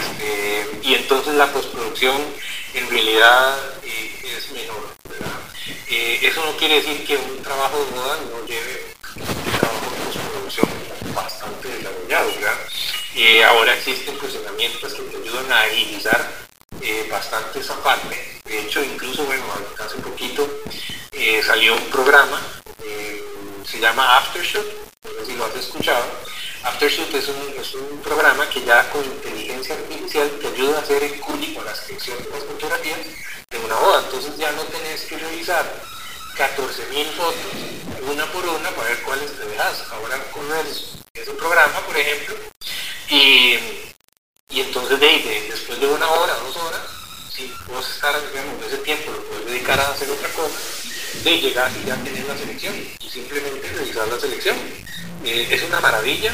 Y entonces la postproducción en realidad es menor, ¿verdad? Eso no quiere decir que un trabajo de boda no lleve un trabajo de postproducción bastante desarrollado, ¿verdad? Ahora existen herramientas que te ayudan a agilizar bastante esa parte. De hecho, incluso, bueno, hace poquito salió un programa, se llama Aftershoot, no sé si lo has escuchado. Aftershoot es un programa que ya con inteligencia artificial te ayuda a hacer el cooling o la selección de las fotografías de una boda. Entonces ya no tenés que revisar 14.000 fotos una por una para ver cuáles te dejas. Ahora corres ese programa, por ejemplo, y entonces después de 1 hora, 2 horas, si vos estar, digamos, ese tiempo lo puedes dedicar a hacer otra cosa, llegar y ya tener la selección y simplemente revisar la selección. Es una maravilla,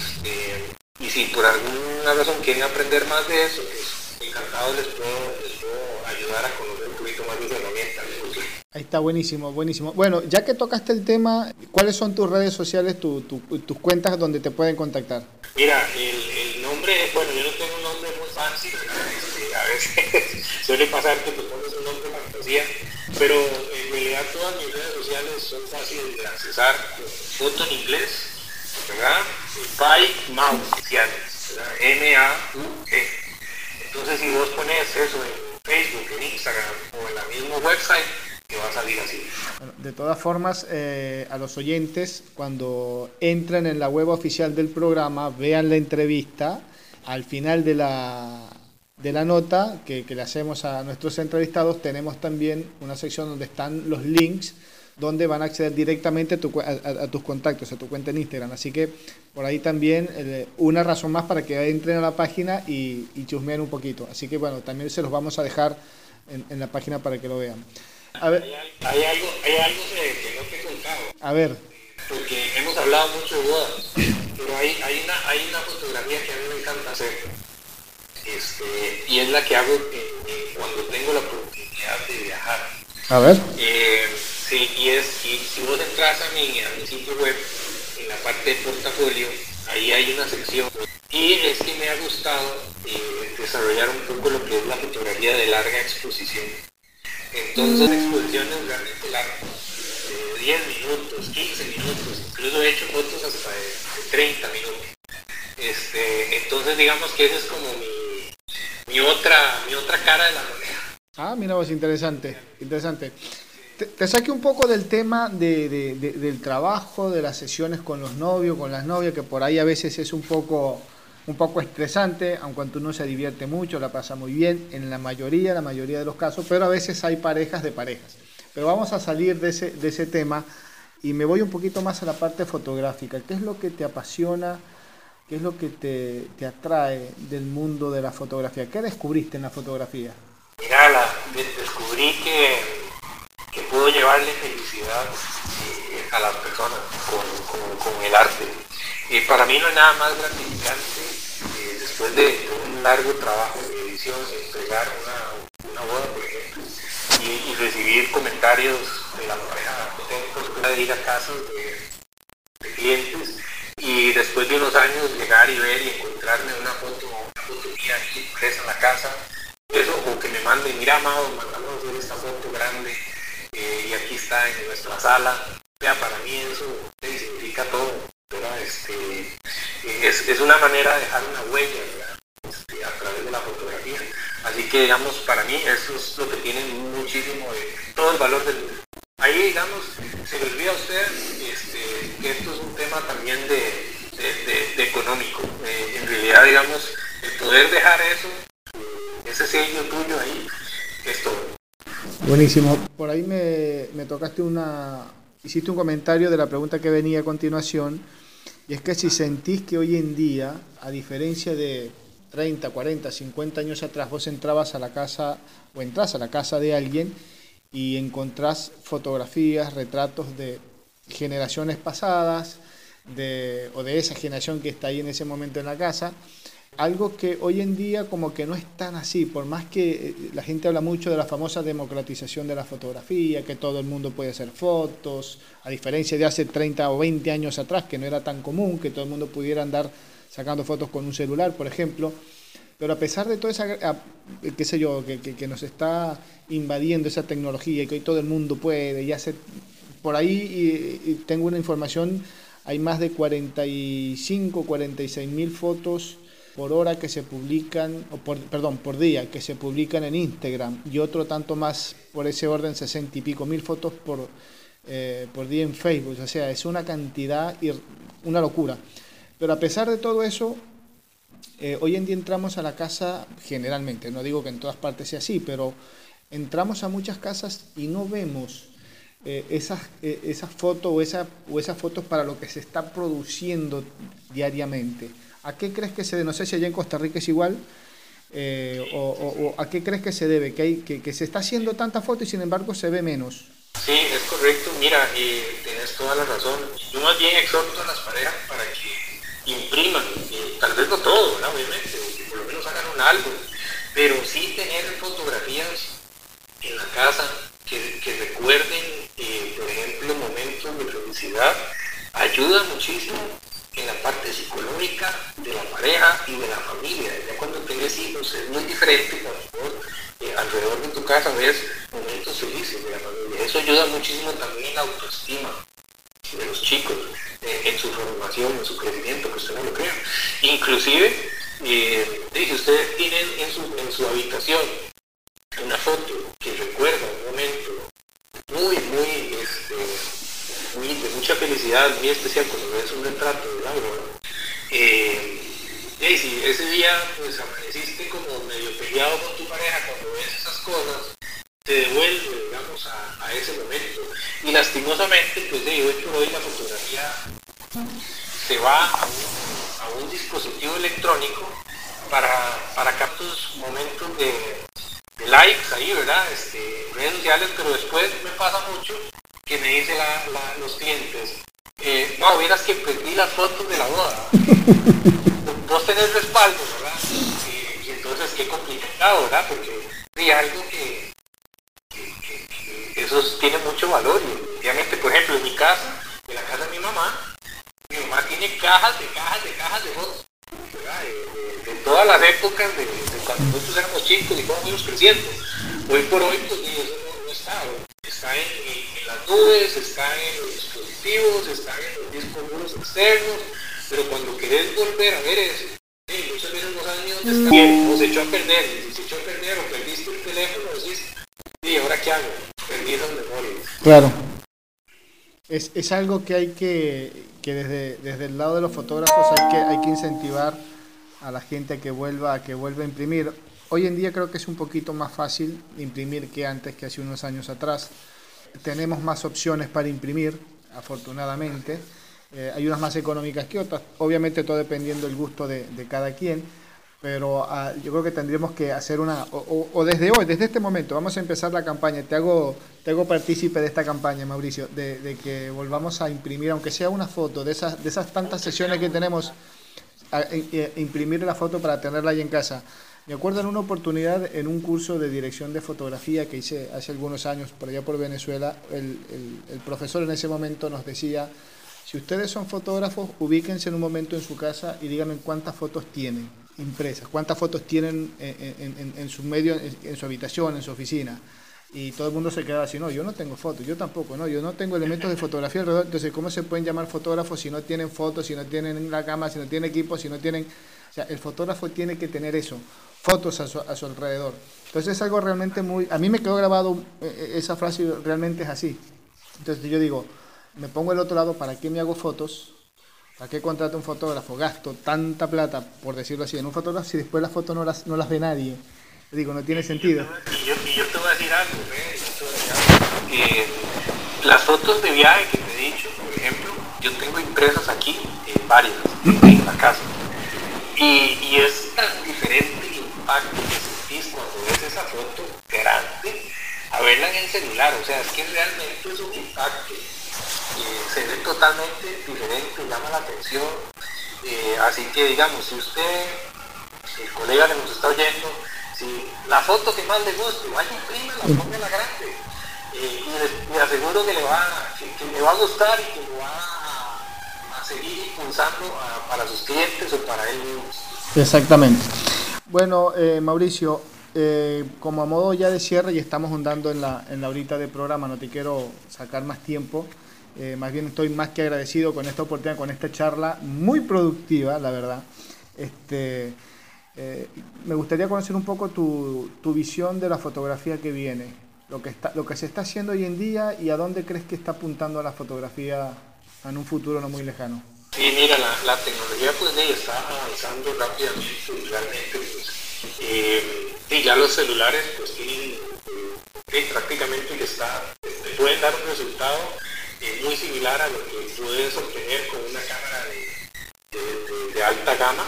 y si por alguna razón quieren aprender más de eso, pues encantado les puedo ayudar a conocer un poquito más de esa herramienta. Ahí está, buenísimo, buenísimo. Bueno, ya que tocaste el tema, ¿cuáles son tus redes sociales, tus cuentas donde te pueden contactar? Mira, el nombre, bueno, yo no tengo un nombre muy fancy, a veces suele pasar que te pones un nombre fantasía, pero en realidad todas mis redes sociales son fáciles de accesar, foto en inglés, ¿verdad? By Mau oficial, ¿verdad? M-A-U-E. Entonces si vos pones eso en Facebook, en Instagram o en la misma website, te va a salir así. Bueno, de todas formas, a los oyentes, cuando entren en la web oficial del programa, vean la entrevista, al final de la nota que le hacemos a nuestros entrevistados, tenemos también una sección donde están los links, donde van a acceder directamente a tus contactos, a tu cuenta en Instagram. Así que por ahí también una razón más para que entren a la página y chusmeen un poquito. Así que bueno, también se los vamos a dejar en la página para que lo vean. A ver. Hay algo que no te he contado. A ver. Porque hemos hablado mucho de bodas, pero hay una fotografía que a mí me encanta hacer. Y es la que hago cuando tengo la oportunidad de viajar. A ver. Sí, y si vos entras a mi sitio web, en la parte de portafolio, ahí hay una sección. Y es que me ha gustado desarrollar un poco lo que es la fotografía de larga exposición. Entonces, exposiciones realmente largas, de 10 minutos, 15 minutos, incluso he hecho fotos hasta de 30 minutos. Entonces, digamos que esa es como mi otra cara de la moneda. Ah, mira vos, interesante. Te saqué un poco del tema del trabajo, de las sesiones con los novios, con las novias, que por ahí a veces es un poco estresante, aunque uno se divierte mucho, la pasa muy bien en la mayoría de los casos, pero a veces hay parejas de parejas. Pero vamos a salir de ese tema y me voy un poquito más a la parte fotográfica. ¿Qué es lo que te apasiona? ¿Qué es lo que te atrae del mundo de la fotografía? ¿Qué descubriste en la fotografía? Mira, descubrí que puedo llevarle felicidad a las personas con el arte. Para mí no hay nada más gratificante después de un largo trabajo de edición, entregar una boda, por ejemplo, y recibir comentarios de la pareja contentos, de ir a casas de clientes y después de unos años llegar y ver y encontrarme una foto mía aquí impresa en la casa, eso, o que me manden, mira, Amado, mandamos a hacer esta foto grande y aquí está en nuestra sala. Ya, para mí eso significa todo, ¿verdad? Es una manera de dejar una huella, ¿verdad? A través de la fotografía. Así que, digamos, para mí eso es lo que tiene muchísimo todo el valor del mundo. Ahí, digamos, se le olvida a usted que esto es un tema también de digamos, el poder dejar eso, ese sello tuyo ahí, es todo. Buenísimo. Por ahí me tocaste hiciste un comentario de la pregunta que venía a continuación, y es que si sentís que hoy en día, a diferencia de 30, 40, 50 años atrás, vos entrabas a la casa o entras a la casa de alguien y encontrás fotografías, retratos de generaciones pasadas, o de esa generación que está ahí en ese momento en la casa, algo que hoy en día como que no es tan así, por más que la gente habla mucho de la famosa democratización de la fotografía, que todo el mundo puede hacer fotos, a diferencia de hace 30 o 20 años atrás, que no era tan común, que todo el mundo pudiera andar sacando fotos con un celular, por ejemplo. Pero a pesar de toda esa, qué sé yo, que nos está invadiendo esa tecnología y que hoy todo el mundo puede y hace, por ahí y tengo una información, hay más de 45, 46 mil fotos por hora que se publican, por día, que se publican en Instagram, y otro tanto más por ese orden, 60 y pico mil fotos por día en Facebook. O sea, es una cantidad, una locura. Pero a pesar de todo eso, hoy en día entramos a la casa, generalmente, no digo que en todas partes sea así, pero entramos a muchas casas y no vemos esas fotos o esas fotos para lo que se está produciendo diariamente. ¿A qué crees que se debe? No sé si allá en Costa Rica es igual, o ¿a qué crees que se debe? Que se está haciendo tanta foto y sin embargo se ve menos. Sí, es correcto. Mira, tienes toda la razón. Yo más bien exhorto a las parejas para que impriman, tal vez no todo, ¿verdad? Obviamente, que por lo menos hagan un álbum, pero sí tener fotografías en la casa que recuerden, por ejemplo, momentos de felicidad, ayuda muchísimo en la parte psicológica de la pareja y de la familia. Ya cuando tenés hijos es muy diferente cuando vos alrededor de tu casa ves momentos felices de la familia. Eso ayuda muchísimo también en la autoestima de los chicos, en su formación, en su crecimiento, que usted no lo crea. Inclusive, si ustedes tienen en su habitación una foto que recuerda un momento muy de mucha felicidad, muy especial, cuando ves un retrato de Laura, si ese día pues amaneciste como medio peleado con tu pareja, cuando ves esas cosas, te devuelve, digamos, a ese momento. Y lastimosamente, pues hoy por hoy la fotografía se va a un dispositivo electrónico para captar momentos de likes ahí, ¿verdad? Redes sociales, pero después me pasa mucho que me dicen los clientes, no, vieras que perdí las fotos de la boda. Vos tenés respaldo, ¿verdad? Y entonces qué complicado, ¿verdad? Porque hay algo que eso tiene mucho valor. Y obviamente, por ejemplo, en mi casa, en la casa de mi mamá tiene cajas de fotos, ¿verdad? De todas las épocas de cuando nosotros éramos chicos y cómo fuimos creciendo. Hoy por hoy, pues eso no está. Está en las nubes, está en los dispositivos, está en los discos duros externos, pero cuando querés volver a ver eso, muchas veces no sabes ni dónde está. Bien, o se echó a perder, y si se echó a perder o perdiste el teléfono, decís, ¿y ahora qué hago? Perdí esas memorias. Claro. Es algo que hay que desde el lado de los fotógrafos hay que incentivar a la gente a que vuelva a imprimir. Hoy en día creo que es un poquito más fácil imprimir que antes, que hace unos años atrás. Tenemos más opciones para imprimir, afortunadamente. Hay unas más económicas que otras, obviamente todo dependiendo del gusto de cada quien, pero yo creo que tendríamos que hacer desde hoy, desde este momento, vamos a empezar la campaña. Te hago partícipe de esta campaña, Mauricio, de que volvamos a imprimir, aunque sea una foto, de esas tantas sesiones que tenemos, imprimir la foto para tenerla ahí en casa. Me acuerdo en una oportunidad en un curso de dirección de fotografía que hice hace algunos años por allá por Venezuela, el profesor en ese momento nos decía, si ustedes son fotógrafos, ubíquense en un momento en su casa y díganme cuántas fotos tienen impresas, cuántas fotos tienen en su medio, en su habitación, en su oficina. Y todo el mundo se quedaba así, no, yo no tengo fotos, yo tampoco, no, yo no tengo elementos de fotografía alrededor. Entonces, ¿cómo se pueden llamar fotógrafos si no tienen fotos, si no tienen la cámara, si no tienen equipo, si no tienen... O sea, el fotógrafo tiene que tener eso, fotos a su alrededor. Entonces es algo realmente muy... A mí me quedó grabado esa frase, realmente es así. Entonces yo digo, me pongo el otro lado, ¿para qué me hago fotos? ¿Para qué contrato un fotógrafo? Gasto tanta plata, por decirlo así, en un fotógrafo si después las fotos no las ve nadie. Digo, no tiene sentido. Yo te voy a decir algo, las fotos de viaje que te he dicho, por ejemplo, yo tengo impresas aquí, varias, en la casa. Y es tan diferente el impacto que sentís cuando ves esa foto grande a verla en el celular. O sea, es que realmente es un impacto. Se ve totalmente diferente, llama la atención. Así que, digamos, si usted, el colega que nos está oyendo, si la foto que más le guste, vaya imprímela, póngala grande. Y le aseguro que le va a gustar y que lo va a seguir impulsando para sus clientes o para él mismo. Exactamente. Bueno, Mauricio, como a modo ya de cierre y estamos ahondando en la horita de programa, no te quiero sacar más tiempo. Más bien estoy más que agradecido con esta oportunidad, con esta charla muy productiva, la verdad. Me gustaría conocer un poco tu visión de la fotografía que viene, lo que se está haciendo hoy en día y a dónde crees que está apuntando la fotografía en un futuro no muy lejano. Sí, mira, la tecnología pues está avanzando rápidamente, realmente pues, y ya los celulares pues tienen prácticamente pueden dar un resultado muy similar a lo que puedes obtener con una cámara de alta gama,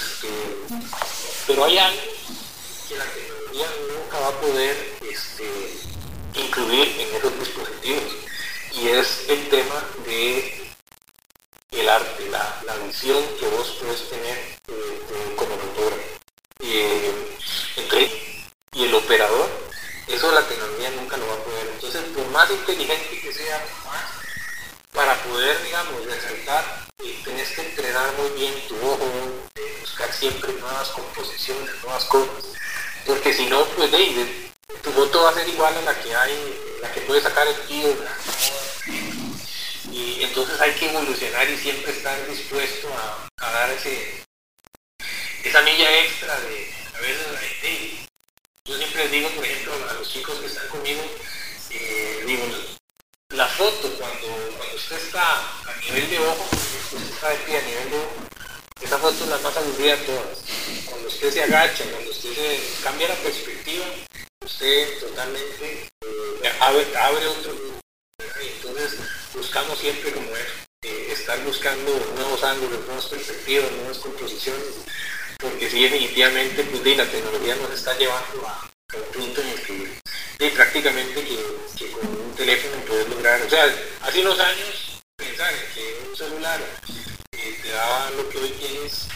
pero hay algo que la tecnología nunca va a poder incluir en esos dispositivos, y es el tema de el arte, la visión que vos puedes tener como fotógrafo. Y el operador, eso la tecnología nunca lo va a poder. Entonces, por más inteligente que sea, para poder, digamos, resaltar, tenés que entrenar muy bien tu ojo, buscar siempre nuevas composiciones, nuevas cosas, porque si no, pues tu foto va a ser igual a la que puede sacar el tío, ¿verdad? Y entonces hay que evolucionar y siempre estar dispuesto a dar esa milla extra a veces, yo siempre les digo, por ejemplo, a los chicos que están conmigo, digo, la foto cuando usted está a nivel de ojo, usted está de pie a nivel de ojo, esa foto es la más aburrida de todas. Cuando usted se agacha, cuando usted se cambia la perspectiva, usted totalmente abre otro mundo. Entonces buscamos siempre como estar buscando nuevos ángulos, nuevas perspectivas, nuevas composiciones, porque sí, definitivamente pues, la tecnología nos está llevando a un punto en el que prácticamente que con un teléfono puedes lograr, o sea, hace unos años pensar que un celular te daba lo que hoy tienes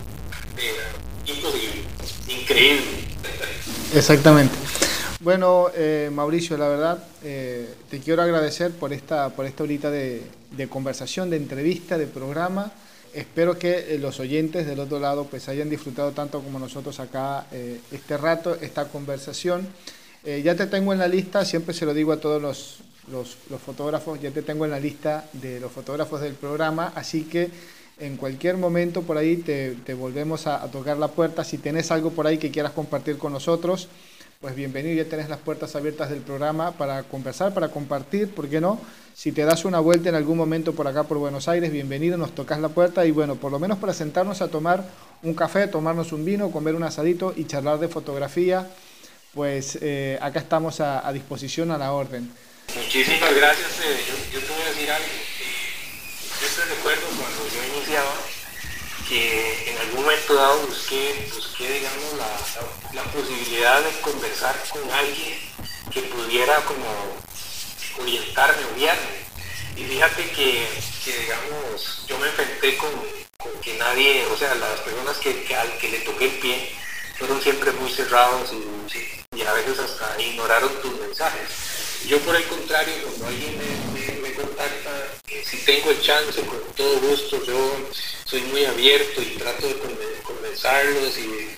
era imposible, increíble. Exactamente. Bueno, Mauricio, la verdad, te quiero agradecer por esta horita de conversación, de entrevista, de programa. Espero que los oyentes del otro lado pues hayan disfrutado tanto como nosotros acá este rato, esta conversación. Ya te tengo en la lista, siempre se lo digo a todos los fotógrafos, ya te tengo en la lista de los fotógrafos del programa, así que en cualquier momento por ahí te volvemos a tocar la puerta. Si tenés algo por ahí que quieras compartir con nosotros, pues bienvenido, ya tenés las puertas abiertas del programa para conversar, para compartir, ¿por qué no? Si te das una vuelta en algún momento por acá por Buenos Aires, bienvenido, nos tocas la puerta y bueno, por lo menos para sentarnos a tomar un café, tomarnos un vino, comer un asadito y charlar de fotografía, pues acá estamos a disposición, a la orden. Muchísimas gracias, yo te voy a decir algo. Yo te recuerdo cuando yo iniciaba que en algún momento dado busqué digamos, la posibilidad de conversar con alguien que pudiera como orientarme o guiarme. Y fíjate que digamos, yo me enfrenté con que nadie, o sea, las personas al que le toqué el pie fueron siempre muy cerrados y a veces hasta ignoraron tus mensajes. Yo por el contrario, cuando alguien me contacta, si tengo el chance, con todo gusto, yo soy muy abierto y trato de conversarlos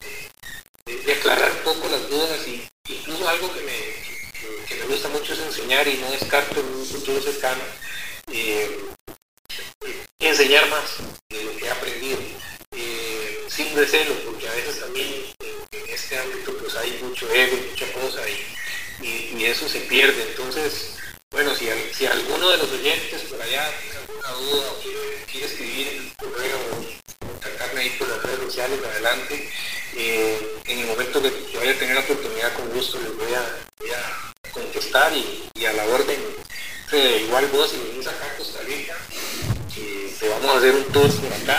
y de aclarar un poco las dudas, y incluso algo que me gusta mucho es enseñar, y no descarto en un futuro cercano enseñar más de lo que he aprendido, sin recelo, porque a veces también en este ámbito pues hay mucho ego, mucha cosa y eso se pierde. Entonces Bueno, si alguno de los oyentes por allá tiene alguna duda o quiere escribir en el correo o contactarme ahí por las redes sociales, adelante. En el momento que vaya a tener la oportunidad, con gusto les voy a contestar y a la orden. Igual vos, si venís acá a Costa Rica, te vamos a hacer un tour por acá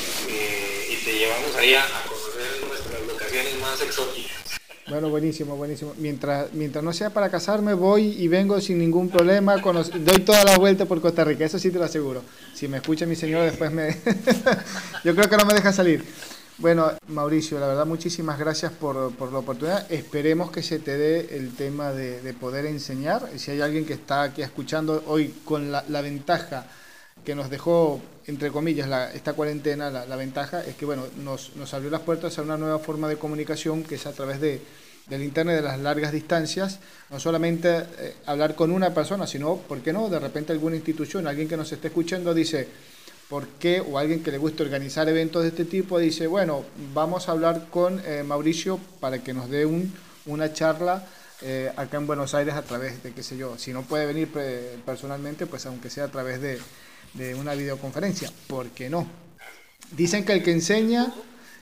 y te llevamos ahí a conocer nuestras locaciones más exóticas. Bueno, buenísimo, buenísimo. Mientras no sea para casarme, voy y vengo sin ningún problema. Doy toda la vuelta por Costa Rica, eso sí te lo aseguro. Si me escucha mi señora, después yo creo que no me deja salir. Bueno, Mauricio, la verdad, muchísimas gracias por la oportunidad. Esperemos que se te dé el tema de poder enseñar. Si hay alguien que está aquí escuchando hoy con la ventaja que nos dejó, entre comillas, esta cuarentena, la ventaja es que, bueno, nos abrió las puertas a una nueva forma de comunicación, que es a través del internet, de las largas distancias, no solamente hablar con una persona, sino, ¿por qué no?, de repente alguna institución, alguien que nos esté escuchando dice, ¿por qué? O alguien que le guste organizar eventos de este tipo, dice, bueno, vamos a hablar con Mauricio para que nos dé una charla acá en Buenos Aires a través de, qué sé yo, si no puede venir personalmente, pues aunque sea a través de una videoconferencia, ¿por qué no? Dicen que el que enseña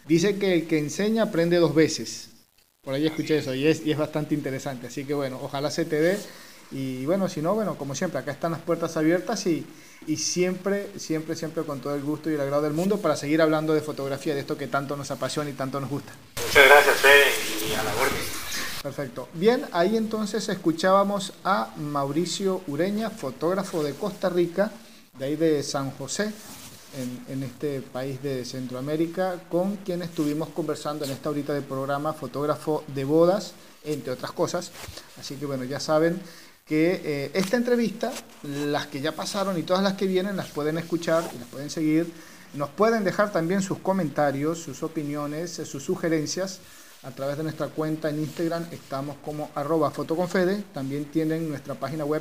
aprende 2 veces. Por ahí escuché eso y es bastante interesante. Así que bueno, ojalá se te dé. Y bueno, si no, bueno, como siempre, acá están las puertas abiertas y siempre con todo el gusto y el agrado del mundo para seguir hablando de fotografía, de esto que tanto nos apasiona y tanto nos gusta. Muchas gracias, Fede, y a la orden. Perfecto. Bien, ahí entonces escuchábamos a Mauricio Ureña, fotógrafo de Costa Rica, de ahí de San José, en este país de Centroamérica, con quien estuvimos conversando en esta horita de programa, fotógrafo de bodas, entre otras cosas. Así que bueno, ya saben que esta entrevista, las que ya pasaron y todas las que vienen, las pueden escuchar y las pueden seguir. Nos pueden dejar también sus comentarios, sus opiniones, sus sugerencias a través de nuestra cuenta en Instagram. Estamos como @fotoconfede. También tienen nuestra página web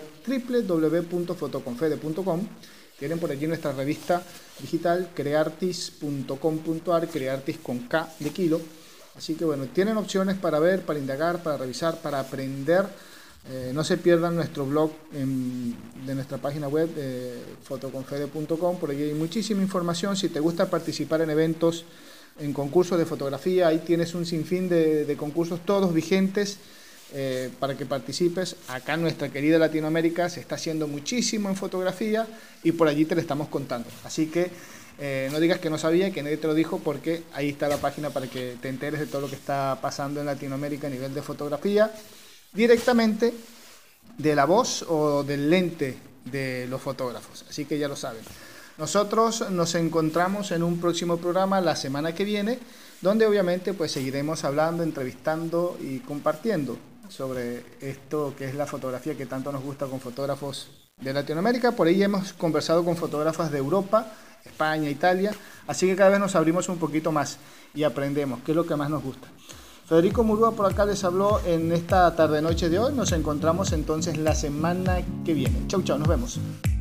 www.fotoconfede.com. Tienen por allí nuestra revista digital creartis.com.ar, Creartis con K de kilo. Así que bueno, tienen opciones para ver, para indagar, para revisar, para aprender. No se pierdan nuestro blog de nuestra página web, fotoconfede.com. Por allí hay muchísima información. Si te gusta participar en eventos, en concursos de fotografía, ahí tienes un sinfín de concursos, todos vigentes, para que participes. Acá en nuestra querida Latinoamérica se está haciendo muchísimo en fotografía y por allí te lo estamos contando. Así que no digas que no sabía, que nadie te lo dijo, porque ahí está la página para que te enteres de todo lo que está pasando en Latinoamérica a nivel de fotografía, directamente de la voz o del lente de los fotógrafos. Así que ya lo saben. Nosotros nos encontramos en un próximo programa la semana que viene, donde obviamente pues seguiremos hablando, entrevistando y compartiendo sobre esto que es la fotografía que tanto nos gusta, con fotógrafos de Latinoamérica. Por ahí hemos conversado con fotógrafas de Europa, España, Italia, así que cada vez nos abrimos un poquito más y aprendemos, que es lo que más nos gusta. Federico Murúa por acá les habló en esta tarde-noche de hoy. Nos encontramos entonces la semana que viene. Chau, chau, nos vemos.